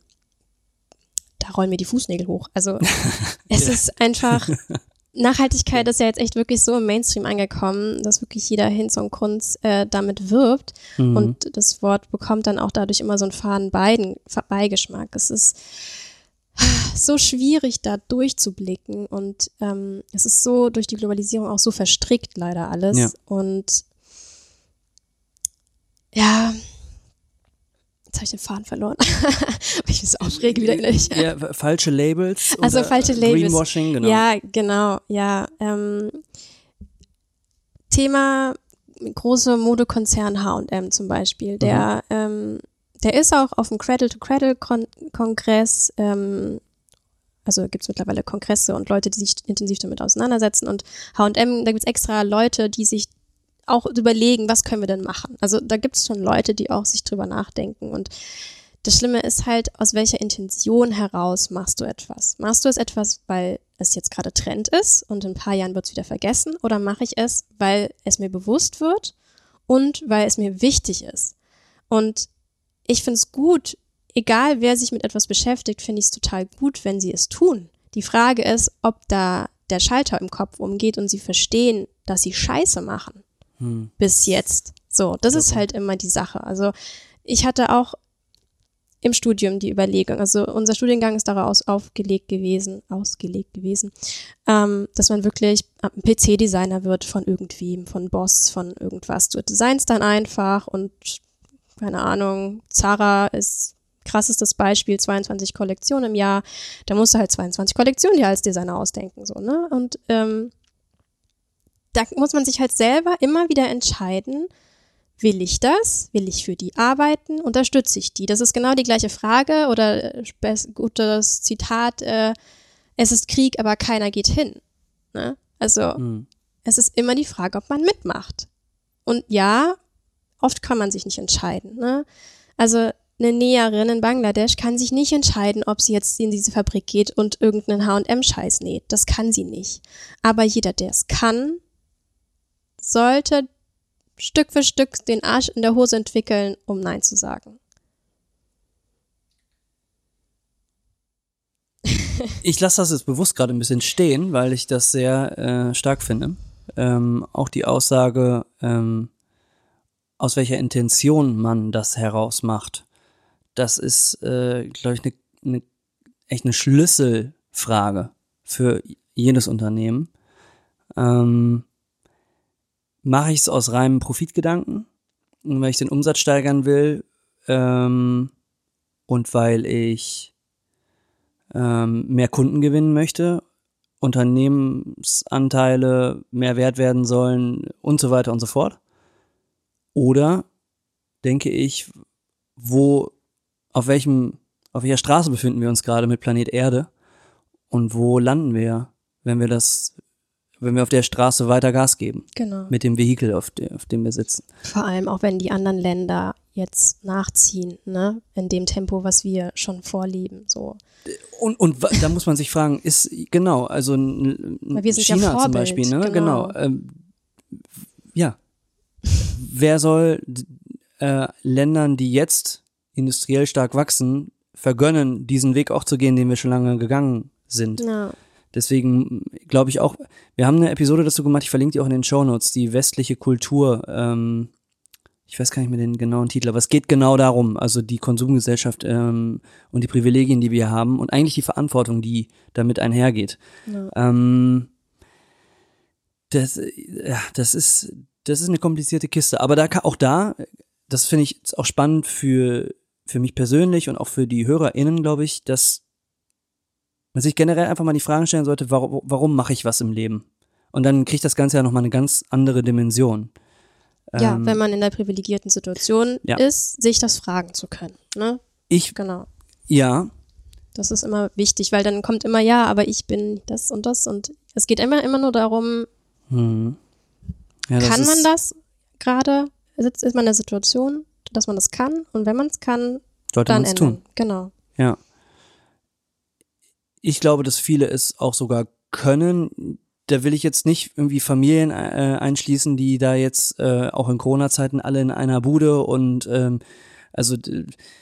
da rollen mir die Fußnägel hoch. Also es Ja. ist einfach, Nachhaltigkeit ist ja jetzt echt wirklich so im Mainstream angekommen, dass wirklich jeder Hinz und Kunz äh, damit wirbt Mhm. und das Wort bekommt dann auch dadurch immer so einen faden Beiden, Beigeschmack. Es ist so schwierig, da durchzublicken und ähm, es ist so durch die Globalisierung auch so verstrickt leider alles Ja. und ja, jetzt habe ich den Faden verloren, weil ich mich so aufrege wieder innerlich. Ja, f- falsche Labels. Also oder falsche Labels. Greenwashing, genau. Ja, genau, ja. Ähm, Thema große Modekonzern H und M zum Beispiel, der, Mhm. ähm, der ist auch auf dem Cradle-to-Cradle-Kongress, ähm, also gibt es mittlerweile Kongresse und Leute, die sich intensiv damit auseinandersetzen und H und M, da gibt es extra Leute, die sich auch überlegen, was können wir denn machen. Also da gibt es schon Leute, die auch sich drüber nachdenken und das Schlimme ist halt, aus welcher Intention heraus machst du etwas? Machst du es etwas, weil es jetzt gerade Trend ist und in ein paar Jahren wird es wieder vergessen oder mache ich es, weil es mir bewusst wird und weil es mir wichtig ist? Und ich finde es gut, egal wer sich mit etwas beschäftigt, finde ich es total gut, wenn sie es tun. Die Frage ist, ob da der Schalter im Kopf umgeht und sie verstehen, dass sie Scheiße machen. Hm. Bis jetzt. So, das ist halt immer die Sache. Also ich hatte auch im Studium die Überlegung, also unser Studiengang ist daraus aufgelegt gewesen, ausgelegt gewesen, ähm, dass man wirklich ein P C-Designer wird von irgendwem, von Boss, von irgendwas. Du designst dann einfach und keine Ahnung, Zara ist krassestes Beispiel, zweiundzwanzig Kollektionen im Jahr, da musst du halt zweiundzwanzig Kollektionen dir als Designer ausdenken, so, ne? Und ähm, da muss man sich halt selber immer wieder entscheiden, will ich das? Will ich für die arbeiten? Unterstütze ich die? Das ist genau die gleiche Frage oder äh, gutes Zitat, äh, es ist Krieg, aber keiner geht hin. Ne? Also Hm. es ist immer die Frage, ob man mitmacht. Und ja, oft kann man sich nicht entscheiden. Ne? Also eine Näherin in Bangladesch kann sich nicht entscheiden, ob sie jetzt in diese Fabrik geht und irgendeinen H und M-Scheiß näht. Das kann sie nicht. Aber jeder, der es kann, sollte Stück für Stück den Arsch in der Hose entwickeln, um Nein zu sagen. Ich lasse das jetzt bewusst gerade ein bisschen stehen, weil ich das sehr äh, stark finde. Ähm, auch die Aussage, ähm, aus welcher Intention man das herausmacht, das ist, äh, glaube ich, eine ne, echt eine Schlüsselfrage für jedes Unternehmen. Ähm, mache ich es aus reinem Profitgedanken, weil ich den Umsatz steigern will ähm, und weil ich ähm, mehr Kunden gewinnen möchte, Unternehmensanteile mehr wert werden sollen und so weiter und so fort? Oder denke ich, wo, auf welchem, auf welcher Straße befinden wir uns gerade mit Planet Erde und wo landen wir, wenn wir das, wenn wir auf der Straße weiter Gas geben? Genau. Mit dem Vehikel, auf, de, auf dem wir sitzen. Vor allem auch, wenn die anderen Länder jetzt nachziehen, ne, in dem Tempo, was wir schon vorleben, so. Und, und da muss man sich fragen, ist, genau, also Weil wir sind China ja Vorbild, zum Beispiel, ne, genau. genau, ähm, ja. Wer soll äh, Ländern, die jetzt industriell stark wachsen, vergönnen, diesen Weg auch zu gehen, den wir schon lange gegangen sind? Ja. Deswegen glaube ich auch, wir haben eine Episode dazu gemacht, ich verlinke die auch in den Shownotes, die westliche Kultur, ähm, ich weiß gar nicht mehr den genauen Titel, aber es geht genau darum, also die Konsumgesellschaft ähm, und die Privilegien, die wir haben und eigentlich die Verantwortung, die damit einhergeht. Ja. Ähm, das, ja, das ist, das ist eine komplizierte Kiste, aber da auch da, das finde ich auch spannend für für mich persönlich und auch für die HörerInnen, glaube ich, dass man sich generell einfach mal die Fragen stellen sollte, warum, warum mache ich was im Leben? Und dann kriegt das Ganze ja nochmal eine ganz andere Dimension. Ja, ähm, wenn man in der privilegierten Situation ja. ist, sich das fragen zu können. Ne? Ich, Genau. ja, Das ist immer wichtig, weil dann kommt immer, ja, aber ich bin das und das und es geht immer, immer nur darum, hm. ja, das kann man ist, das gerade, ist, ist man in der Situation, dass man das kann und wenn man es kann, sollte dann man es ändern. tun. Genau. Ja. Ich glaube, dass viele es auch sogar können. Da will ich jetzt nicht irgendwie Familien äh, einschließen, die da jetzt äh, auch in Corona-Zeiten alle in einer Bude und ähm, also d-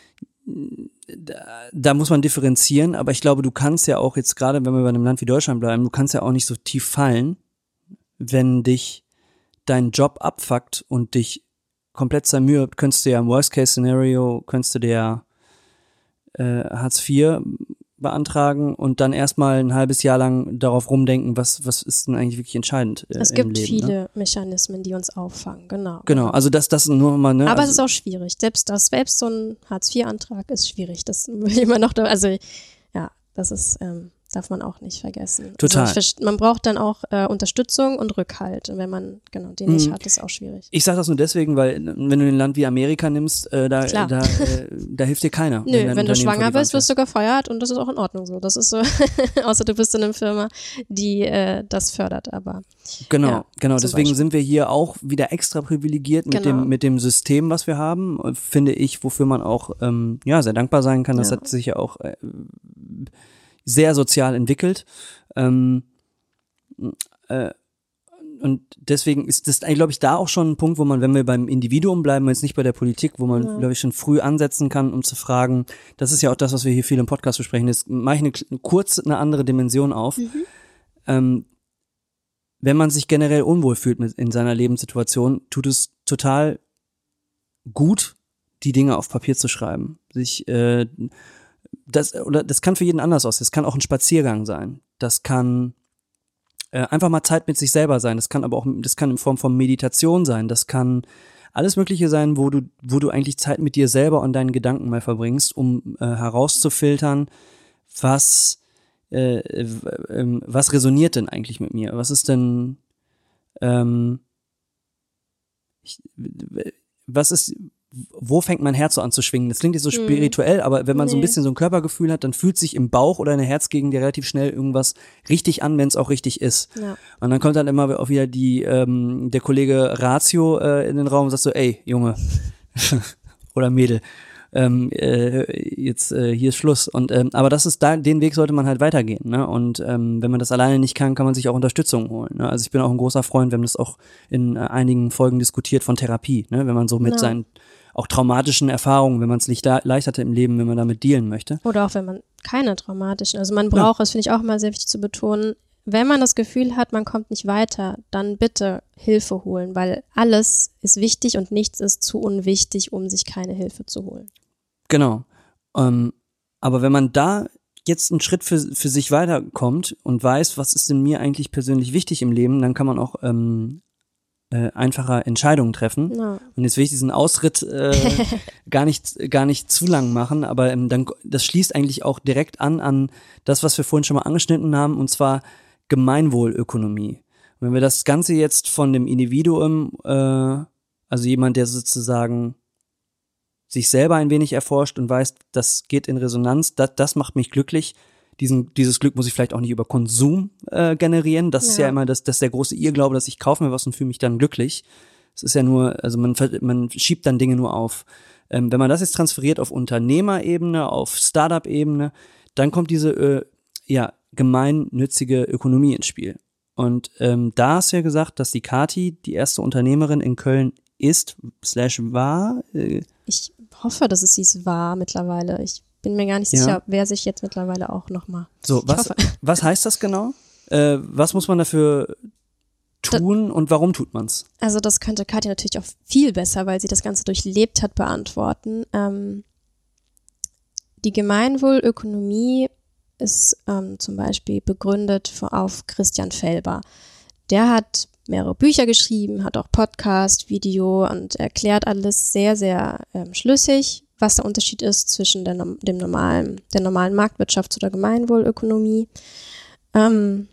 da, da muss man differenzieren, aber ich glaube, du kannst ja auch jetzt gerade, wenn wir bei einem Land wie Deutschland bleiben, du kannst ja auch nicht so tief fallen, wenn dich dein Job abfuckt und dich komplett zermürbt, könntest du ja im Worst-Case-Szenario, könntest du dir äh, Hartz vier beantragen und dann erstmal ein halbes Jahr lang darauf rumdenken, was was ist denn eigentlich wirklich entscheidend äh, Es im gibt Leben, viele ne? Mechanismen, die uns auffangen, genau. Genau, also das das nur mal, ne? Aber also, es ist auch schwierig. Selbst das, selbst so ein Hartz vier Antrag ist schwierig. Das will immer noch, da, also ja, das ist, ähm, darf man auch nicht vergessen. Total. Also ich, man braucht dann auch äh, Unterstützung und Rückhalt. Und wenn man genau den nicht Mhm. hat, ist auch schwierig. Ich sage das nur deswegen, weil wenn du ein Land wie Amerika nimmst, äh, da, Klar. da, äh, da hilft dir keiner. Nö, dein wenn du Unternehmen vor schwanger die Wand bist, wirst fährt. du gefeuert und das ist auch in Ordnung so. Das ist so, außer du bist in einer Firma, die äh, das fördert, aber Genau, ja, genau. zum Deswegen Beispiel. sind wir hier auch wieder extra privilegiert mit Genau. dem mit dem System, was wir haben, äh, finde ich, wofür man auch ähm, ja sehr dankbar sein kann. Das Ja. hat sich ja auch äh, sehr sozial entwickelt. Ähm, äh, und deswegen ist das, glaube ich, da auch schon ein Punkt, wo man, wenn wir beim Individuum bleiben, jetzt nicht bei der Politik, wo man, Ja. glaube ich, schon früh ansetzen kann, um zu fragen, das ist ja auch das, was wir hier viel im Podcast besprechen, ist, mache ich eine, kurz eine andere Dimension auf. Mhm. Ähm, wenn man sich generell unwohl fühlt mit, in seiner Lebenssituation, tut es total gut, die Dinge auf Papier zu schreiben. Sich, äh, das, oder das kann für jeden anders aussehen. Das kann auch ein Spaziergang sein. Das kann äh, einfach mal Zeit mit sich selber sein. Das kann aber auch, das kann in Form von Meditation sein. Das kann alles Mögliche sein, wo du, wo du eigentlich Zeit mit dir selber und deinen Gedanken mal verbringst, um äh, herauszufiltern, was Äh, äh, was resoniert denn eigentlich mit mir? Was ist denn, ähm, ich, was ist, wo fängt mein Herz so an zu schwingen? Das klingt jetzt so Hm. spirituell, aber wenn man so ein Nee. bisschen so ein Körpergefühl hat, dann fühlt sich im Bauch oder in der Herzgegend ja relativ schnell irgendwas richtig an, wenn es auch richtig ist. Ja. Und dann kommt dann immer auch wieder die, ähm, der Kollege Ratio äh, in den Raum und sagt so, ey, Junge oder Mädel, ähm, äh, jetzt äh, hier ist Schluss. Und ähm, aber das ist da, den Weg sollte man halt weitergehen, ne? Und ähm, wenn man das alleine nicht kann, kann man sich auch Unterstützung holen. Ne? Also ich bin auch ein großer Freund, wir haben das auch in äh, einigen Folgen diskutiert von Therapie, ne? Wenn man so mit Ja. seinen auch traumatischen Erfahrungen, wenn man es nicht le- leicht hatte im Leben, wenn man damit dealen möchte. Oder auch wenn man keine traumatischen, also man braucht, das finde ich auch immer sehr wichtig zu betonen, wenn man das Gefühl hat, man kommt nicht weiter, dann bitte Hilfe holen, weil alles ist wichtig und nichts ist zu unwichtig, um sich keine Hilfe zu holen. Genau. Ähm, aber wenn man da jetzt einen Schritt für, für sich weiterkommt und weiß, was ist denn mir eigentlich persönlich wichtig im Leben, dann kann man auch ähm, äh, einfacher Entscheidungen treffen. Ja. Und jetzt will ich diesen Ausritt äh, gar nicht gar nicht zu lang machen, aber ähm, dann das schließt eigentlich auch direkt an an das, was wir vorhin schon mal angeschnitten haben, und zwar Gemeinwohlökonomie. Und wenn wir das Ganze jetzt von dem Individuum, äh, also jemand, der sozusagen sich selber ein wenig erforscht und weiß, das geht in Resonanz, das, das macht mich glücklich. Diesen, dieses Glück muss ich vielleicht auch nicht über Konsum äh, generieren. Das ja. ist ja immer das, das ist der große Irrglaube, dass ich kaufe mir was und fühle mich dann glücklich. Es ist ja nur, also man, man schiebt dann Dinge nur auf. Ähm, wenn man das jetzt transferiert auf Unternehmerebene, auf Startup-Ebene, dann kommt diese äh, ja gemeinnützige Ökonomie ins Spiel. Und ähm, da hast du ja gesagt, dass die Kathi die erste Unternehmerin in Köln ist, slash war. Äh, ich hoffe, dass es sie war mittlerweile. Ich bin mir gar nicht sicher, ja. wer sich jetzt mittlerweile auch nochmal. So, was, was heißt das genau? Äh, was muss man dafür tun da, und warum tut man's? Also das könnte Katja natürlich auch viel besser, weil sie das Ganze durchlebt hat, beantworten. Ähm, die Gemeinwohlökonomie ist ähm, zum Beispiel begründet auf Christian Felber. Der hat mehrere Bücher geschrieben, hat auch Podcast, Video und erklärt alles sehr, sehr ähm, schlüssig, was der Unterschied ist zwischen der, dem normalen, der normalen Marktwirtschaft oder Gemeinwohlökonomie. Ähm,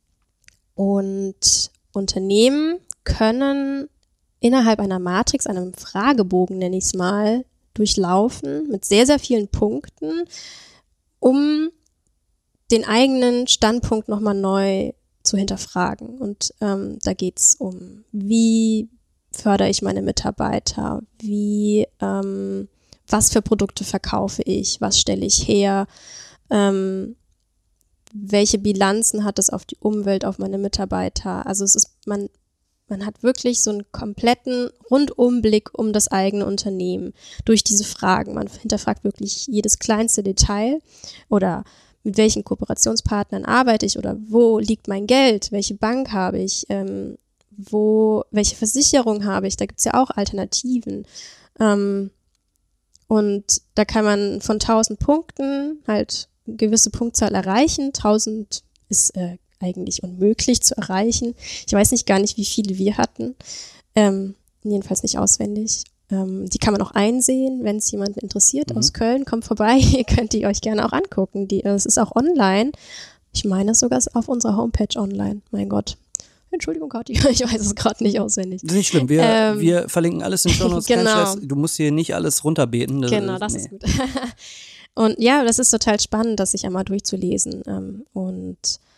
und Unternehmen können innerhalb einer Matrix, einem Fragebogen nenne ich es mal, durchlaufen mit sehr, sehr vielen Punkten, um den eigenen Standpunkt nochmal neu zu hinterfragen. Und ähm, da geht es um, wie fördere ich meine Mitarbeiter, wie ähm, was für Produkte verkaufe ich, was stelle ich her, ähm, welche Bilanzen hat es auf die Umwelt, auf meine Mitarbeiter. Also es ist, man, man hat wirklich so einen kompletten Rundumblick um das eigene Unternehmen durch diese Fragen. Man hinterfragt wirklich jedes kleinste Detail oder mit welchen Kooperationspartnern arbeite ich oder wo liegt mein Geld, welche Bank habe ich, ähm, wo, welche Versicherung habe ich, da gibt es ja auch Alternativen. Ähm, und da kann man von tausend Punkten halt eine gewisse Punktzahl erreichen. tausend ist äh, eigentlich unmöglich zu erreichen. Ich weiß nicht gar nicht, wie viele wir hatten. Ähm, jedenfalls nicht auswendig. Ähm, die kann man auch einsehen, wenn es jemanden interessiert mhm. aus Köln. Kommt vorbei, ihr könnt die euch gerne auch angucken. Die, es ist auch online. Ich meine, es sogar auf unserer Homepage online. Mein Gott. Entschuldigung, Kathi, ich weiß es gerade nicht auswendig. Das ist nicht schlimm, wir, ähm, wir verlinken alles in den Shownotes. Genau. Du musst hier nicht alles runterbeten. Das genau, das nee. ist gut. Und ja, das ist total spannend, das sich einmal durchzulesen. Ähm, und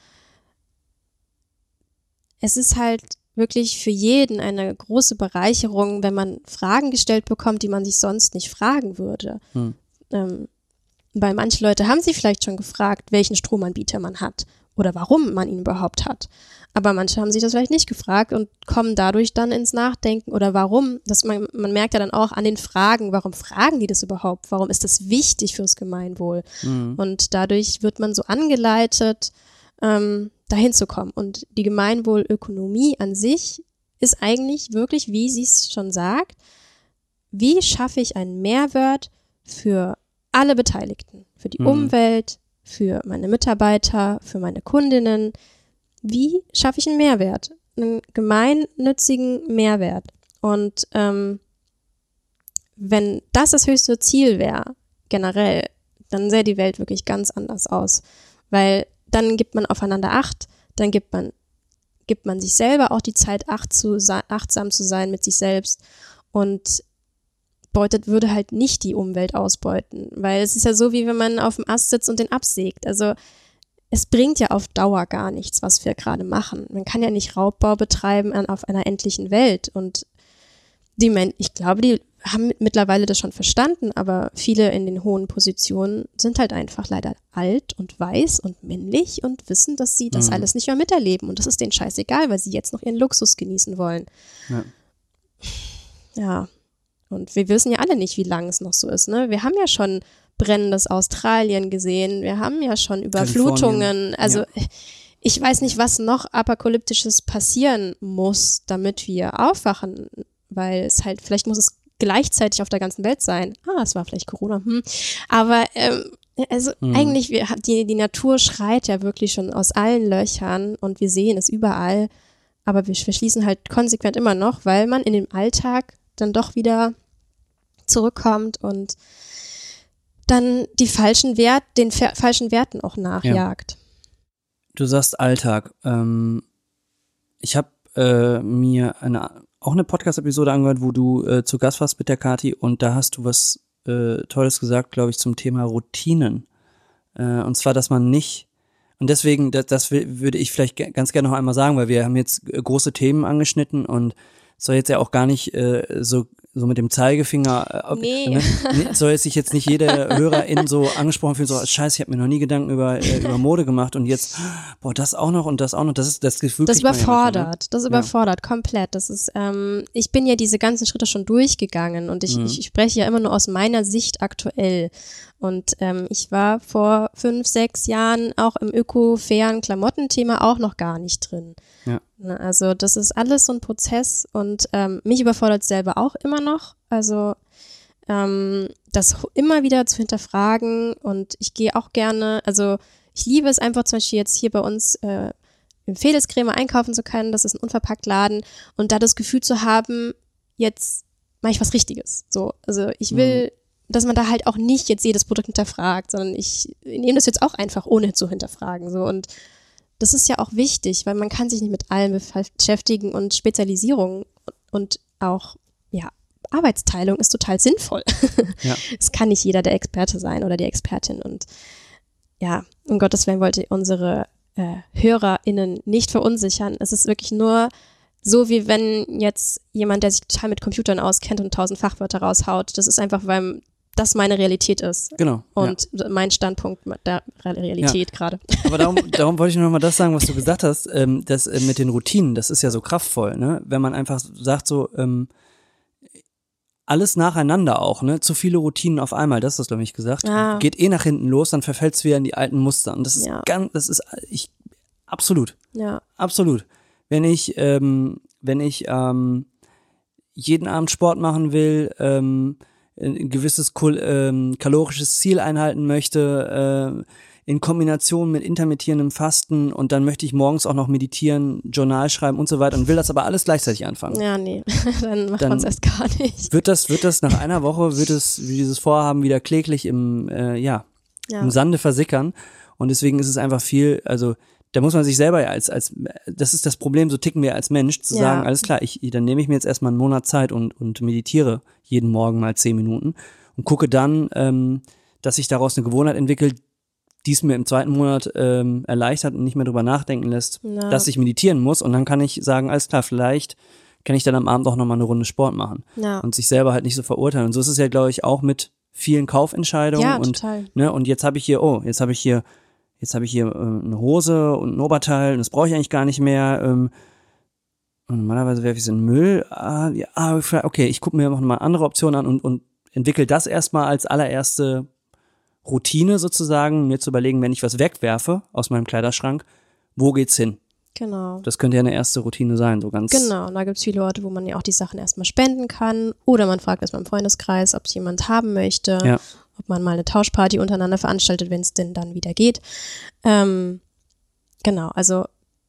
es ist halt wirklich für jeden eine große Bereicherung, wenn man Fragen gestellt bekommt, die man sich sonst nicht fragen würde. Hm. Ähm, weil manche Leute haben sich vielleicht schon gefragt, welchen Stromanbieter man hat oder warum man ihn überhaupt hat. Aber manche haben sich das vielleicht nicht gefragt und kommen dadurch dann ins Nachdenken oder warum. Das man, man merkt ja dann auch an den Fragen, warum fragen die das überhaupt? Warum ist das wichtig fürs Gemeinwohl? Mhm. Und dadurch wird man so angeleitet, ähm, dahin zu kommen. Und die Gemeinwohlökonomie an sich ist eigentlich wirklich, wie sie es schon sagt, wie schaffe ich einen Mehrwert für alle Beteiligten, für die mhm. Umwelt, für meine Mitarbeiter, für meine Kundinnen. Wie schaffe ich einen Mehrwert, einen gemeinnützigen Mehrwert? Und ähm, wenn das das höchste Ziel wäre, generell, dann sähe die Welt wirklich ganz anders aus. Weil dann gibt man aufeinander Acht, dann gibt man, gibt man sich selber auch die Zeit, acht zu, achtsam zu sein mit sich selbst und beutet, würde halt nicht die Umwelt ausbeuten. Weil es ist ja so, wie wenn man auf dem Ast sitzt und den absägt. Also es bringt ja auf Dauer gar nichts, was wir gerade machen. Man kann ja nicht Raubbau betreiben an, auf einer endlichen Welt. Und die Men- ich glaube, die haben mittlerweile das schon verstanden, aber viele in den hohen Positionen sind halt einfach leider alt und weiß und männlich und wissen, dass sie das Mhm. alles nicht mehr miterleben und das ist denen scheißegal, weil sie jetzt noch ihren Luxus genießen wollen. Ja. Ja, und wir wissen ja alle nicht, wie lange es noch so ist, ne? Wir haben ja schon brennendes Australien gesehen, wir haben ja schon Überflutungen, also ja. ich weiß nicht, was noch Apokalyptisches passieren muss, damit wir aufwachen, weil es halt, vielleicht muss es gleichzeitig auf der ganzen Welt sein. Ah, es war vielleicht Corona. Hm. Aber ähm, also hm. eigentlich, wir, die, die Natur schreit ja wirklich schon aus allen Löchern und wir sehen es überall. Aber wir verschließen halt konsequent immer noch, weil man in dem Alltag dann doch wieder zurückkommt und dann die falschen Wert, den fa- falschen Werten auch nachjagt. Ja. Du sagst Alltag. Ähm, ich habe äh, mir eine auch eine Podcast-Episode angehört, wo du äh, zu Gast warst mit der Kathi und da hast du was äh, Tolles gesagt, glaube ich, zum Thema Routinen. Äh, und zwar, dass man nicht, und deswegen, das, das will, würde ich vielleicht g- ganz gerne noch einmal sagen, weil wir haben jetzt äh, große Themen angeschnitten und es soll jetzt ja auch gar nicht äh, so so mit dem Zeigefinger, äh, Nee. ne, ne, soll jetzt sich jetzt nicht jede Hörerin so angesprochen fühlen, so scheiße, ich habe mir noch nie Gedanken über äh, über Mode gemacht und jetzt, boah, das auch noch und das auch noch, das ist das Gefühl. Das kriegt man ja überfordert, manchmal, ne? das überfordert ja. komplett. Das ist, ähm, ich bin ja diese ganzen Schritte schon durchgegangen und ich, Mhm. ich spreche ja immer nur aus meiner Sicht aktuell. Und ähm, ich war vor fünf, sechs Jahren auch im öko-fairen Klamottenthema auch noch gar nicht drin. Ja. Ne, also das ist alles so ein Prozess und ähm, mich überfordert es selber auch immer noch. Also ähm, das immer wieder zu hinterfragen und ich gehe auch gerne, also ich liebe es einfach zum Beispiel jetzt hier bei uns äh, im Feldescreme einkaufen zu können, das ist ein Unverpacktladen und da das Gefühl zu haben, jetzt mache ich was Richtiges. So, also ich will, mhm. dass man da halt auch nicht jetzt jedes Produkt hinterfragt, sondern ich nehme das jetzt auch einfach ohne zu hinterfragen. So und das ist ja auch wichtig, weil man kann sich nicht mit allem beschäftigen und Spezialisierung und auch, ja, Arbeitsteilung ist total sinnvoll. Ja. Es kann nicht jeder der Experte sein oder die Expertin und ja, um Gottes Willen wollte unsere äh, HörerInnen nicht verunsichern. Es ist wirklich nur so, wie wenn jetzt jemand, der sich total mit Computern auskennt und tausend Fachwörter raushaut. Das ist einfach, weil das meine Realität ist. Genau. Und ja. mein Standpunkt der Realität ja. gerade. Aber darum, darum wollte ich noch mal das sagen, was du gesagt hast, ähm, das äh, mit den Routinen, das ist ja so kraftvoll, ne? Wenn man einfach sagt so, ähm, alles nacheinander auch, ne? Zu viele Routinen auf einmal, das hast du, glaube ich, gesagt. Ah. Geht eh nach hinten los, dann verfällt es wieder in die alten Muster. Und das ist ja. ganz, das ist, ich, absolut. Ja. Absolut. Wenn ich, ähm, wenn ich ähm, jeden Abend Sport machen will, ähm, ein gewisses kal- ähm, kalorisches Ziel einhalten möchte, äh, in Kombination mit intermittierendem Fasten und dann möchte ich morgens auch noch meditieren, Journal schreiben und so weiter und will das aber alles gleichzeitig anfangen. Ja, nee, dann macht Dann man es erst gar nicht. Wird das, wird das nach einer Woche, wird es, wie dieses Vorhaben wieder kläglich im, äh, ja, Ja. im Sande versickern und deswegen ist es einfach viel, also da muss man sich selber ja als, als, das ist das Problem, so ticken wir als Mensch, zu Ja. sagen, alles klar, ich, dann nehme ich mir jetzt erstmal einen Monat Zeit und, und meditiere jeden Morgen mal zehn Minuten und gucke dann, ähm, dass sich daraus eine Gewohnheit entwickelt, die es mir im zweiten Monat ähm, erleichtert und nicht mehr drüber nachdenken lässt, Ja. dass ich meditieren muss und dann kann ich sagen, alles klar, vielleicht kann ich dann am Abend auch nochmal eine Runde Sport machen Ja. und sich selber halt nicht so verurteilen. Und so ist es ja, glaube ich, auch mit vielen Kaufentscheidungen Ja, und, total. ne, und jetzt habe ich hier, oh, jetzt habe ich hier Jetzt habe ich hier äh, eine Hose und ein Oberteil und das brauche ich eigentlich gar nicht mehr. Ähm, und normalerweise werfe ich es in den Müll. Ah, ja, ah, okay, ich gucke mir noch mal andere Optionen an und, und entwickle das erstmal als allererste Routine sozusagen, mir zu überlegen, wenn ich was wegwerfe aus meinem Kleiderschrank, wo geht's hin? Genau. Das könnte ja eine erste Routine sein, so ganz. Genau, und da gibt es viele Orte, wo man ja auch die Sachen erstmal spenden kann oder man fragt erstmal im Freundeskreis, ob es jemand haben möchte. Ja. Ob man mal eine Tauschparty untereinander veranstaltet, wenn es denn dann wieder geht. Ähm, genau, also,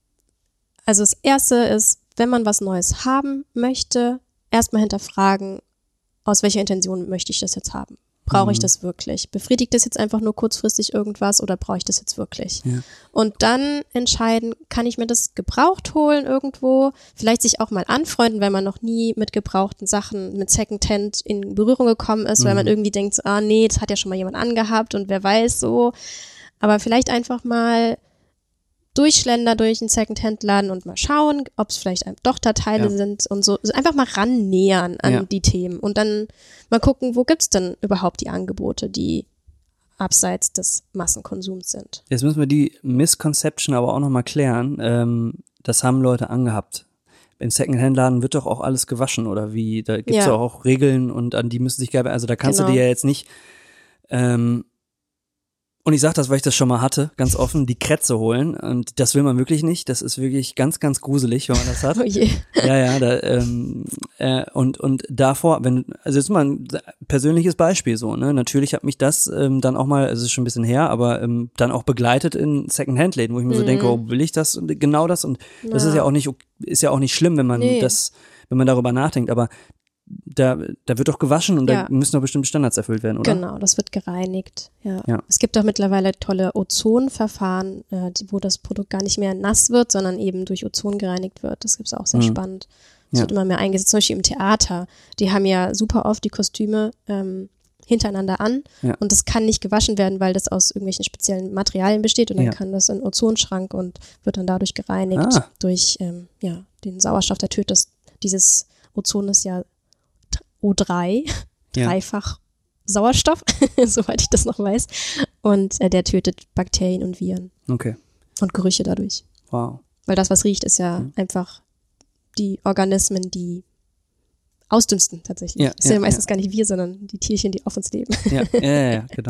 also das Erste ist, wenn man was Neues haben möchte, erstmal hinterfragen, aus welcher Intention möchte ich das jetzt haben? Brauche ich Mhm. das wirklich? Befriedigt das jetzt einfach nur kurzfristig irgendwas oder brauche ich das jetzt wirklich? Ja. Und dann entscheiden, kann ich mir das gebraucht holen irgendwo? Vielleicht sich auch mal anfreunden, wenn man noch nie mit gebrauchten Sachen, mit Secondhand in Berührung gekommen ist, Mhm. weil man irgendwie denkt, so, ah nee, das hat ja schon mal jemand angehabt und wer weiß so. Aber vielleicht einfach mal durchschlender durch einen Secondhand-Laden und mal schauen, ob es vielleicht doch da Teile Ja. sind und so. Also einfach mal rannähern an Ja. die Themen und dann mal gucken, wo gibt's denn überhaupt die Angebote, die abseits des Massenkonsums sind. Jetzt müssen wir die Misconception aber auch nochmal klären. Ähm, das haben Leute angehabt. Im Secondhand-Laden wird doch auch alles gewaschen, oder wie? Da gibt's Ja. doch auch Regeln und an die müssen sich gehalten. Also da kannst Genau. du dir ja jetzt nicht ähm, und ich sage das, weil ich das schon mal hatte, ganz offen, die Krätze holen. Und das will man wirklich nicht. Das ist wirklich ganz, ganz gruselig, wenn man das hat. Oh je. Ja, ja, da, ähm, äh, und und davor, wenn, also jetzt mal ein persönliches Beispiel so, ne, natürlich hat mich das ähm, dann auch mal, also es ist schon ein bisschen her, aber ähm, dann auch begleitet in Secondhand-Läden, wo ich mir so Mhm. denke, oh, will ich das und genau das und das Ja. ist ja auch nicht, ist ja auch nicht schlimm, wenn man Nee. das, wenn man darüber nachdenkt, aber da, da wird doch gewaschen und Ja. da müssen doch bestimmte Standards erfüllt werden, oder? Genau, das wird gereinigt. Ja. Ja. Es gibt auch mittlerweile tolle Ozonverfahren, äh, die, wo das Produkt gar nicht mehr nass wird, sondern eben durch Ozon gereinigt wird. Das gibt's auch sehr Mhm. spannend. Das Ja. wird immer mehr eingesetzt, zum Beispiel im Theater. Die haben ja super oft die Kostüme ähm, hintereinander an Ja. und das kann nicht gewaschen werden, weil das aus irgendwelchen speziellen Materialien besteht und dann Ja. kann das in den Ozonschrank und wird dann dadurch gereinigt Ah. durch ähm, ja, den Sauerstoff, der tötet das, dieses Ozon ist ja O drei, Ja. dreifach Sauerstoff, soweit ich das noch weiß. Und äh, der tötet Bakterien und Viren Okay, und Gerüche dadurch. wow. Weil das, was riecht, ist ja Mhm. einfach die Organismen, die ausdünsten tatsächlich. Ja, ist ja, ja, meistens ja. gar nicht wir, sondern die Tierchen, die auf uns leben. Ja, ja, ja, ja, genau.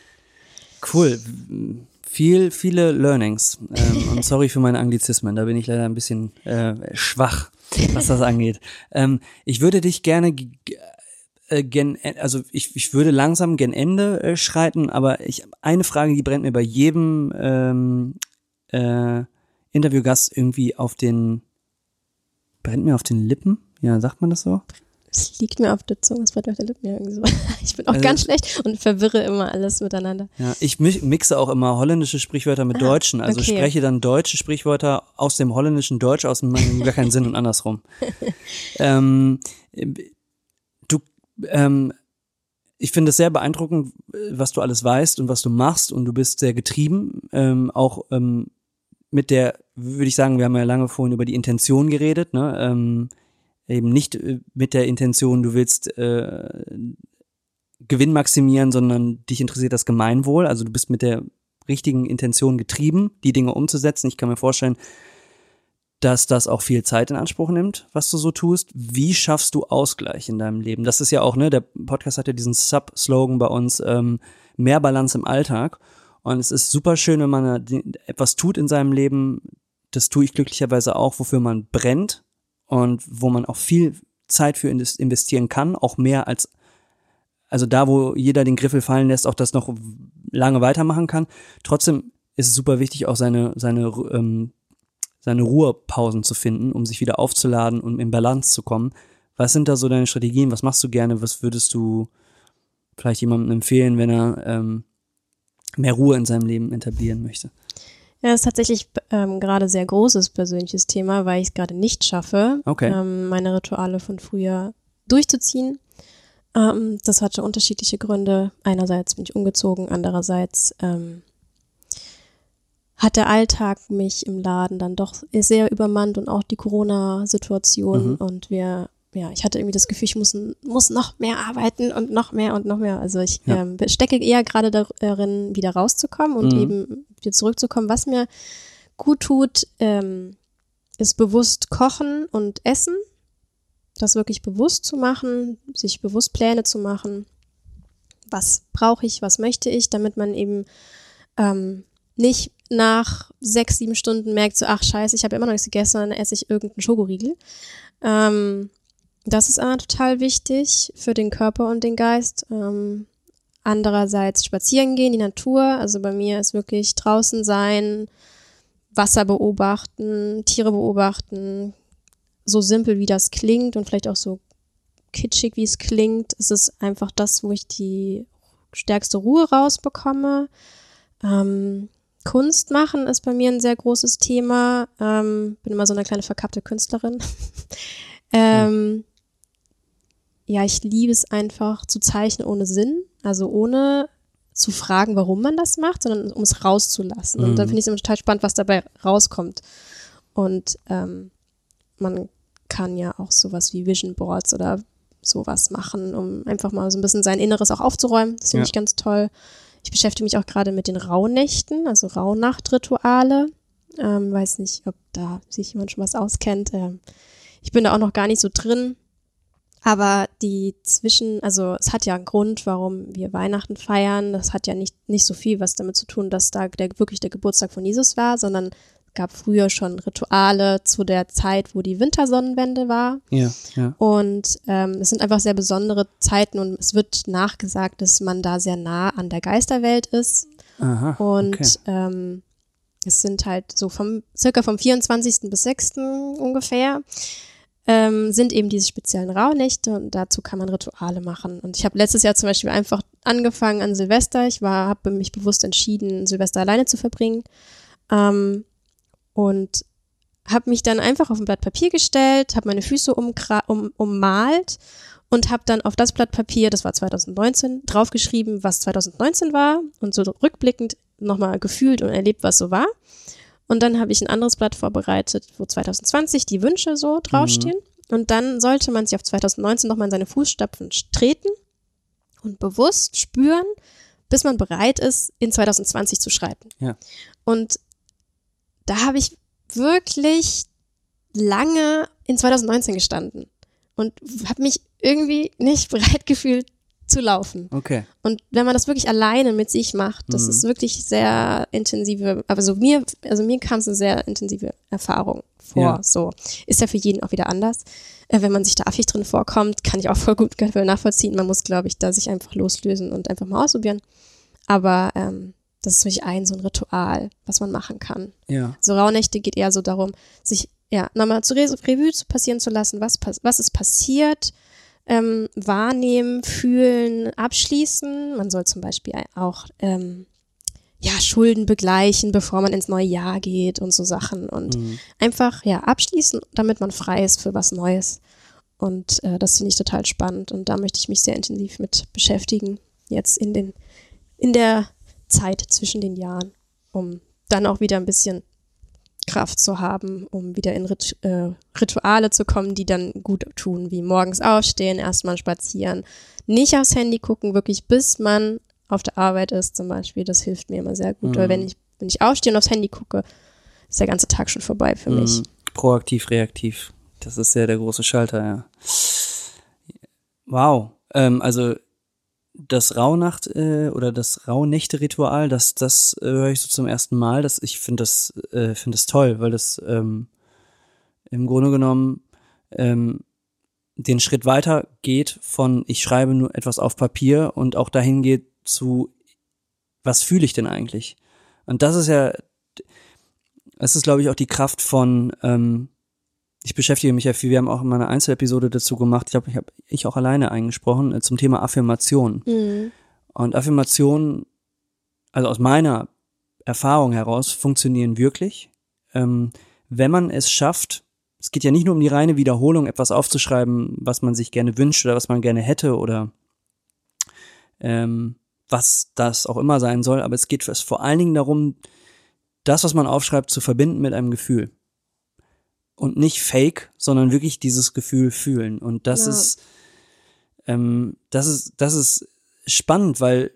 Cool. Viel, viele Learnings. Ähm, und sorry für meine Anglizismen, da bin ich leider ein bisschen äh, schwach, was das angeht. Ähm, ich würde dich gerne g- äh, gen, also ich, ich würde langsam gen Ende äh, schreiten, aber ich eine Frage, die brennt mir bei jedem ähm, äh, Interviewgast irgendwie auf den brennt mir auf den Lippen? Ja, sagt man das so? Es liegt mir auf der Zunge, es brennt mir auf der Lippen. Ja, irgendwie so. Ich bin auch Also- ganz schlecht und verwirre immer alles miteinander. Ja, ich mi- mixe auch immer holländische Sprichwörter mit Ah, deutschen. Also okay. spreche dann deutsche Sprichwörter aus dem holländischen Deutsch, aus dem macht gar keinen Sinn und andersrum. ähm, du, ähm, ich finde es sehr beeindruckend, was du alles weißt und was du machst und du bist sehr getrieben. Ähm, auch ähm, mit der, würde ich sagen, wir haben ja lange vorhin über die Intention geredet, ne? Ähm, eben nicht äh, mit der Intention, du willst äh, Gewinn maximieren, sondern dich interessiert das Gemeinwohl. Also du bist mit der richtigen Intention getrieben, die Dinge umzusetzen. Ich kann mir vorstellen, dass das auch viel Zeit in Anspruch nimmt, was du so tust. Wie schaffst du Ausgleich in deinem Leben? Das ist ja auch, ne, der Podcast hat ja diesen Sub-Slogan bei uns, ähm, mehr Balance im Alltag. Und es ist super schön, wenn man etwas tut in seinem Leben, das tue ich glücklicherweise auch, wofür man brennt und wo man auch viel Zeit für investieren kann, auch mehr als, also da, wo jeder den Griffel fallen lässt, auch das noch lange weitermachen kann. Trotzdem ist es super wichtig, auch seine, seine, ähm, seine Ruhepausen zu finden, um sich wieder aufzuladen und in Balance zu kommen. Was sind da so deine Strategien? Was machst du gerne? Was würdest du vielleicht jemandem empfehlen, wenn er ähm, mehr Ruhe in seinem Leben etablieren möchte? Ja, das ist tatsächlich ähm, gerade sehr großes persönliches Thema, weil ich es gerade nicht schaffe, Okay. ähm, meine Rituale von früher durchzuziehen. Ähm, das hatte unterschiedliche Gründe. Einerseits bin ich umgezogen, andererseits ähm, hat der Alltag mich im Laden dann doch sehr übermannt und auch die Corona-Situation Mhm. und wir, ja, ich hatte irgendwie das Gefühl, ich muss, muss noch mehr arbeiten und noch mehr und noch mehr. Also ich Ja. ähm, stecke eher gerade darin, wieder rauszukommen und Mhm. eben wieder zurückzukommen. Was mir gut tut, ähm, ist bewusst kochen und essen. Das wirklich bewusst zu machen, sich bewusst Pläne zu machen. Was brauche ich, was möchte ich, damit man eben ähm, nicht nach sechs, sieben Stunden merkt, so, ach scheiße, ich habe immer noch nichts gegessen, dann esse ich irgendeinen Schokoriegel. Ähm, das ist äh, total wichtig für den Körper und den Geist. Ähm, andererseits spazieren gehen, die Natur. Also bei mir ist wirklich draußen sein, Wasser beobachten, Tiere beobachten. So simpel, wie das klingt und vielleicht auch so kitschig, wie es klingt, ist es einfach das, wo ich die stärkste Ruhe rausbekomme. Ähm, Kunst machen ist bei mir ein sehr großes Thema. Ähm, bin immer so eine kleine verkappte Künstlerin. ähm, ja, ich liebe es einfach zu zeichnen ohne Sinn, also ohne zu fragen, warum man das macht, sondern um es rauszulassen. Mhm. Und dann finde ich es immer total spannend, was dabei rauskommt. Und ähm, man kann ja auch sowas wie Vision Boards oder sowas machen, um einfach mal so ein bisschen sein Inneres auch aufzuräumen. Das finde Ja. ich ganz toll. Ich beschäftige mich auch gerade mit den Rauhnächten, also Rauhnachtrituale. Ähm, weiß nicht, ob da sich jemand schon was auskennt. Ähm, ich bin da auch noch gar nicht so drin. Aber die zwischen, also es hat ja einen Grund, warum wir Weihnachten feiern. Das hat ja nicht, nicht so viel was damit zu tun, dass da der, wirklich der Geburtstag von Jesus war, sondern es gab früher schon Rituale zu der Zeit, wo die Wintersonnenwende war. Ja, ja. Und ähm, es sind einfach sehr besondere Zeiten und es wird nachgesagt, dass man da sehr nah an der Geisterwelt ist. Aha, Und okay. ähm, es sind halt so vom circa vom vierundzwanzigsten bis sechsten ungefähr ähm, sind eben diese speziellen Rauhnächte und dazu kann man Rituale machen. Und ich habe letztes Jahr zum Beispiel einfach angefangen an Silvester. Ich war, habe mich bewusst entschieden, Silvester alleine zu verbringen. Ähm, und habe mich dann einfach auf ein Blatt Papier gestellt, habe meine Füße umkra- um, ummalt und habe dann auf das Blatt Papier, das war zwanzig neunzehn, draufgeschrieben, was zwanzig neunzehn war und so rückblickend nochmal gefühlt und erlebt, was so war. Und dann habe ich ein anderes Blatt vorbereitet, wo zwanzig zwanzig die Wünsche so draufstehen. Mhm. Und dann sollte man sich auf zwanzig neunzehn nochmal in seine Fußstapfen treten und bewusst spüren, bis man bereit ist, in zwanzig zwanzig zu schreiten. Ja. Und da habe ich wirklich lange in zwanzig neunzehn gestanden und habe mich irgendwie nicht bereit gefühlt zu laufen. Okay. Und wenn man das wirklich alleine mit sich macht, das Mhm. ist wirklich sehr intensive, aber so mir, also mir kam es eine sehr intensive Erfahrung vor. Ja. So ist ja für jeden auch wieder anders. Äh, wenn man sich da affig drin vorkommt, kann ich auch voll gut nachvollziehen. Man muss, glaube ich, da sich einfach loslösen und einfach mal ausprobieren. Aber ähm, das ist wirklich ein so ein Ritual, was man machen kann. Ja. So Rauhnächte geht eher so darum, sich ja nochmal zur Re- Revue zu passieren zu lassen, was, pass- was ist passiert, ähm, wahrnehmen, fühlen, abschließen. Man soll zum Beispiel auch ähm, ja Schulden begleichen, bevor man ins neue Jahr geht und so Sachen und Mhm. einfach ja abschließen, damit man frei ist für was Neues. Und äh, das finde ich total spannend und da möchte ich mich sehr intensiv mit beschäftigen, jetzt in den in der Zeit zwischen den Jahren, um dann auch wieder ein bisschen Kraft zu haben, um wieder in Rit- äh, Rituale zu kommen, die dann gut tun, wie morgens aufstehen, erstmal spazieren, nicht aufs Handy gucken, wirklich bis man auf der Arbeit ist zum Beispiel. Das hilft mir immer sehr gut, Mhm. weil wenn ich, wenn ich aufstehe und aufs Handy gucke, ist der ganze Tag schon vorbei für mich. Mhm. Proaktiv, reaktiv. Das ist ja der große Schalter, ja. Wow. Ähm, also das Rauhnacht äh, oder das Rauhnächte-Ritual, das, das äh, höre ich so zum ersten Mal. Das, ich finde das, äh, finde das toll, weil das ähm, im Grunde genommen ähm, den Schritt weiter geht von ich schreibe nur etwas auf Papier und auch dahin geht zu was fühle ich denn eigentlich? Und das ist ja, das ist glaube ich auch die Kraft von ähm, ich beschäftige mich ja viel, wir haben auch mal eine Einzelepisode dazu gemacht, ich habe ich, hab ich auch alleine eingesprochen, äh, zum Thema Affirmation. Mhm. Und Affirmationen, also aus meiner Erfahrung heraus, funktionieren wirklich, ähm, wenn man es schafft, es geht ja nicht nur um die reine Wiederholung, etwas aufzuschreiben, was man sich gerne wünscht oder was man gerne hätte oder ähm, was das auch immer sein soll, aber es geht es vor allen Dingen darum, das, was man aufschreibt, zu verbinden mit einem Gefühl. Und nicht fake, sondern wirklich dieses Gefühl fühlen. Und das Ja. ist, ähm, das ist, das ist spannend, weil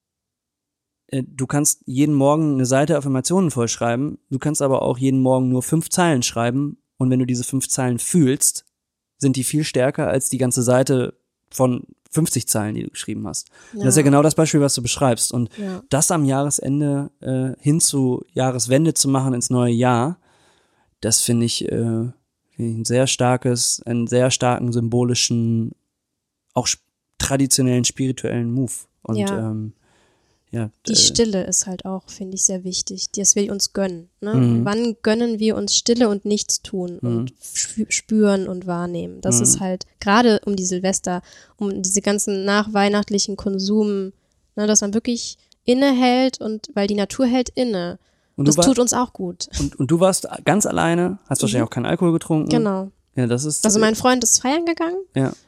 äh, du kannst jeden Morgen eine Seite Affirmationen vollschreiben, du kannst aber auch jeden Morgen nur fünf Zeilen schreiben und wenn du diese fünf Zeilen fühlst, sind die viel stärker als die ganze Seite von fünfzig Zeilen, die du geschrieben hast. Und das ist ja genau das Beispiel, was du beschreibst. Und Ja. das am Jahresende äh, hin zu Jahreswende zu machen ins neue Jahr, das finde ich, äh, find ich ein sehr starkes, einen sehr starken symbolischen, auch sp- traditionellen, spirituellen Move. Und Ja. ähm, ja, Die äh, Stille ist halt auch, finde ich, sehr wichtig, dass wir uns gönnen. Ne? Mhm. Wann gönnen wir uns Stille und nichts tun Mhm. und spü- spüren und wahrnehmen? Das Mhm. ist halt gerade um die Silvester, um diese ganzen nachweihnachtlichen Konsum, ne, dass man wirklich innehält und weil die Natur hält inne. und, du Das war, tut uns auch gut. und, und du warst ganz alleine, hast wahrscheinlich auch keinen Alkohol getrunken. Genau. Ja, das ist. Also mein Freund ist feiern gegangen ja.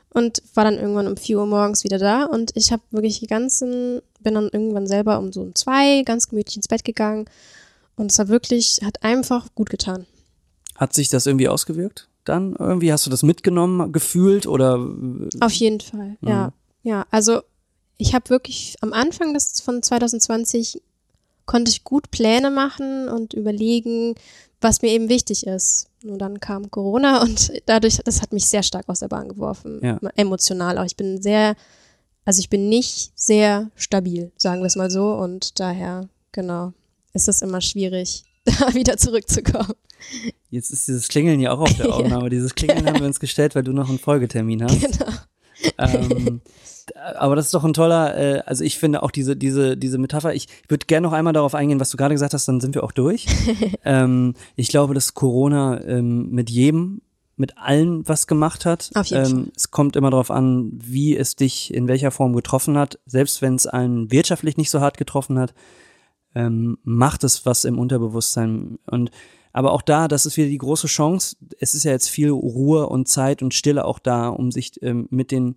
und war dann irgendwann um vier Uhr morgens wieder da und ich habe wirklich die ganzen, bin dann irgendwann selber um so um zwei ganz gemütlich ins Bett gegangen und es war wirklich, hat einfach gut getan. Hat sich das irgendwie ausgewirkt dann irgendwie? Hast du das mitgenommen, gefühlt oder? Auf jeden Fall, mhm. ja. Ja, also ich habe wirklich am Anfang des von zwanzig zwanzig konnte ich gut Pläne machen und überlegen, was mir eben wichtig ist. Nur dann kam Corona und dadurch, das hat mich sehr stark aus der Bahn geworfen, ja. emotional auch. Ich bin sehr, also ich bin nicht sehr stabil, sagen wir es mal so und daher, genau, ist es immer schwierig, da wieder zurückzukommen. Jetzt ist dieses Klingeln ja auch auf der Aufnahme. Ja. Dieses Klingeln haben wir uns gestellt, weil du noch einen Folgetermin hast. Genau. Ähm, aber das ist doch ein toller, äh, also ich finde auch diese diese diese Metapher, ich würde gerne noch einmal darauf eingehen, was du gerade gesagt hast, dann sind wir auch durch. ähm, ich glaube, dass Corona ähm, mit jedem, mit allen was gemacht hat. Auf jeden ähm, Fall. Es kommt immer darauf an, wie es dich in welcher Form getroffen hat. Selbst wenn es einen wirtschaftlich nicht so hart getroffen hat, ähm, macht es was im Unterbewusstsein. Und aber auch da, das ist wieder die große Chance. Es ist ja jetzt viel Ruhe und Zeit und Stille auch da, um sich ähm, mit den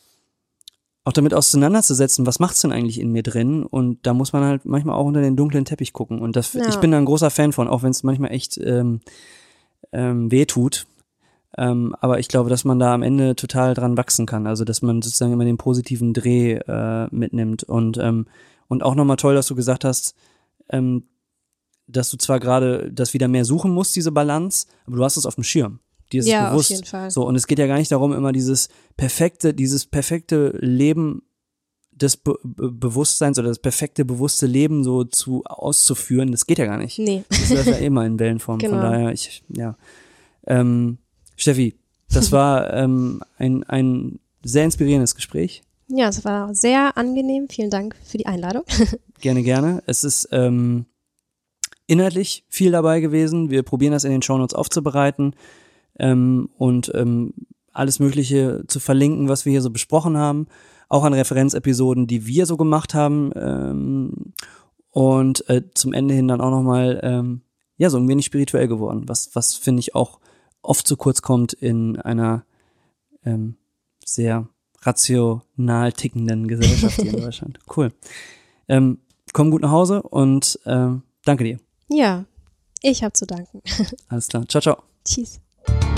auch damit auseinanderzusetzen, was macht's denn eigentlich in mir drin? Und da muss man halt manchmal auch unter den dunklen Teppich gucken. Und das, Ja. ich bin da ein großer Fan von, auch wenn es manchmal echt ähm, ähm, weh tut. Ähm, aber ich glaube, dass man da am Ende total dran wachsen kann. Also, dass man sozusagen immer den positiven Dreh äh, mitnimmt. Und ähm, und auch nochmal toll, dass du gesagt hast, ähm, dass du zwar gerade das wieder mehr suchen musst, diese Balance, aber du hast es auf dem Schirm. Dir ist Ja, es bewusst. auf jeden Fall. So, und es geht ja gar nicht darum, immer dieses perfekte, dieses perfekte Leben des Be- Be- Bewusstseins oder das perfekte bewusste Leben so zu auszuführen. Das geht ja gar nicht. Nee. Das ist ja immer in Wellenform. Genau. Von daher, ich, ja. Ähm, Steffi, das war ähm, ein, ein sehr inspirierendes Gespräch. Ja, es war sehr angenehm. Vielen Dank für die Einladung. Gerne, gerne. Es ist ähm, inhaltlich viel dabei gewesen. Wir probieren das in den Shownotes aufzubereiten ähm, und ähm, alles Mögliche zu verlinken, was wir hier so besprochen haben. Auch an Referenzepisoden, die wir so gemacht haben. Ähm, und äh, zum Ende hin dann auch nochmal, ähm, ja, so ein wenig spirituell geworden. Was, was finde ich auch oft zu kurz kommt in einer ähm, sehr rational tickenden Gesellschaft hier in Deutschland. Cool. Ähm, komm gut nach Hause und ähm, danke dir. Ja, ich habe zu danken. Alles klar. Ciao, ciao. Tschüss.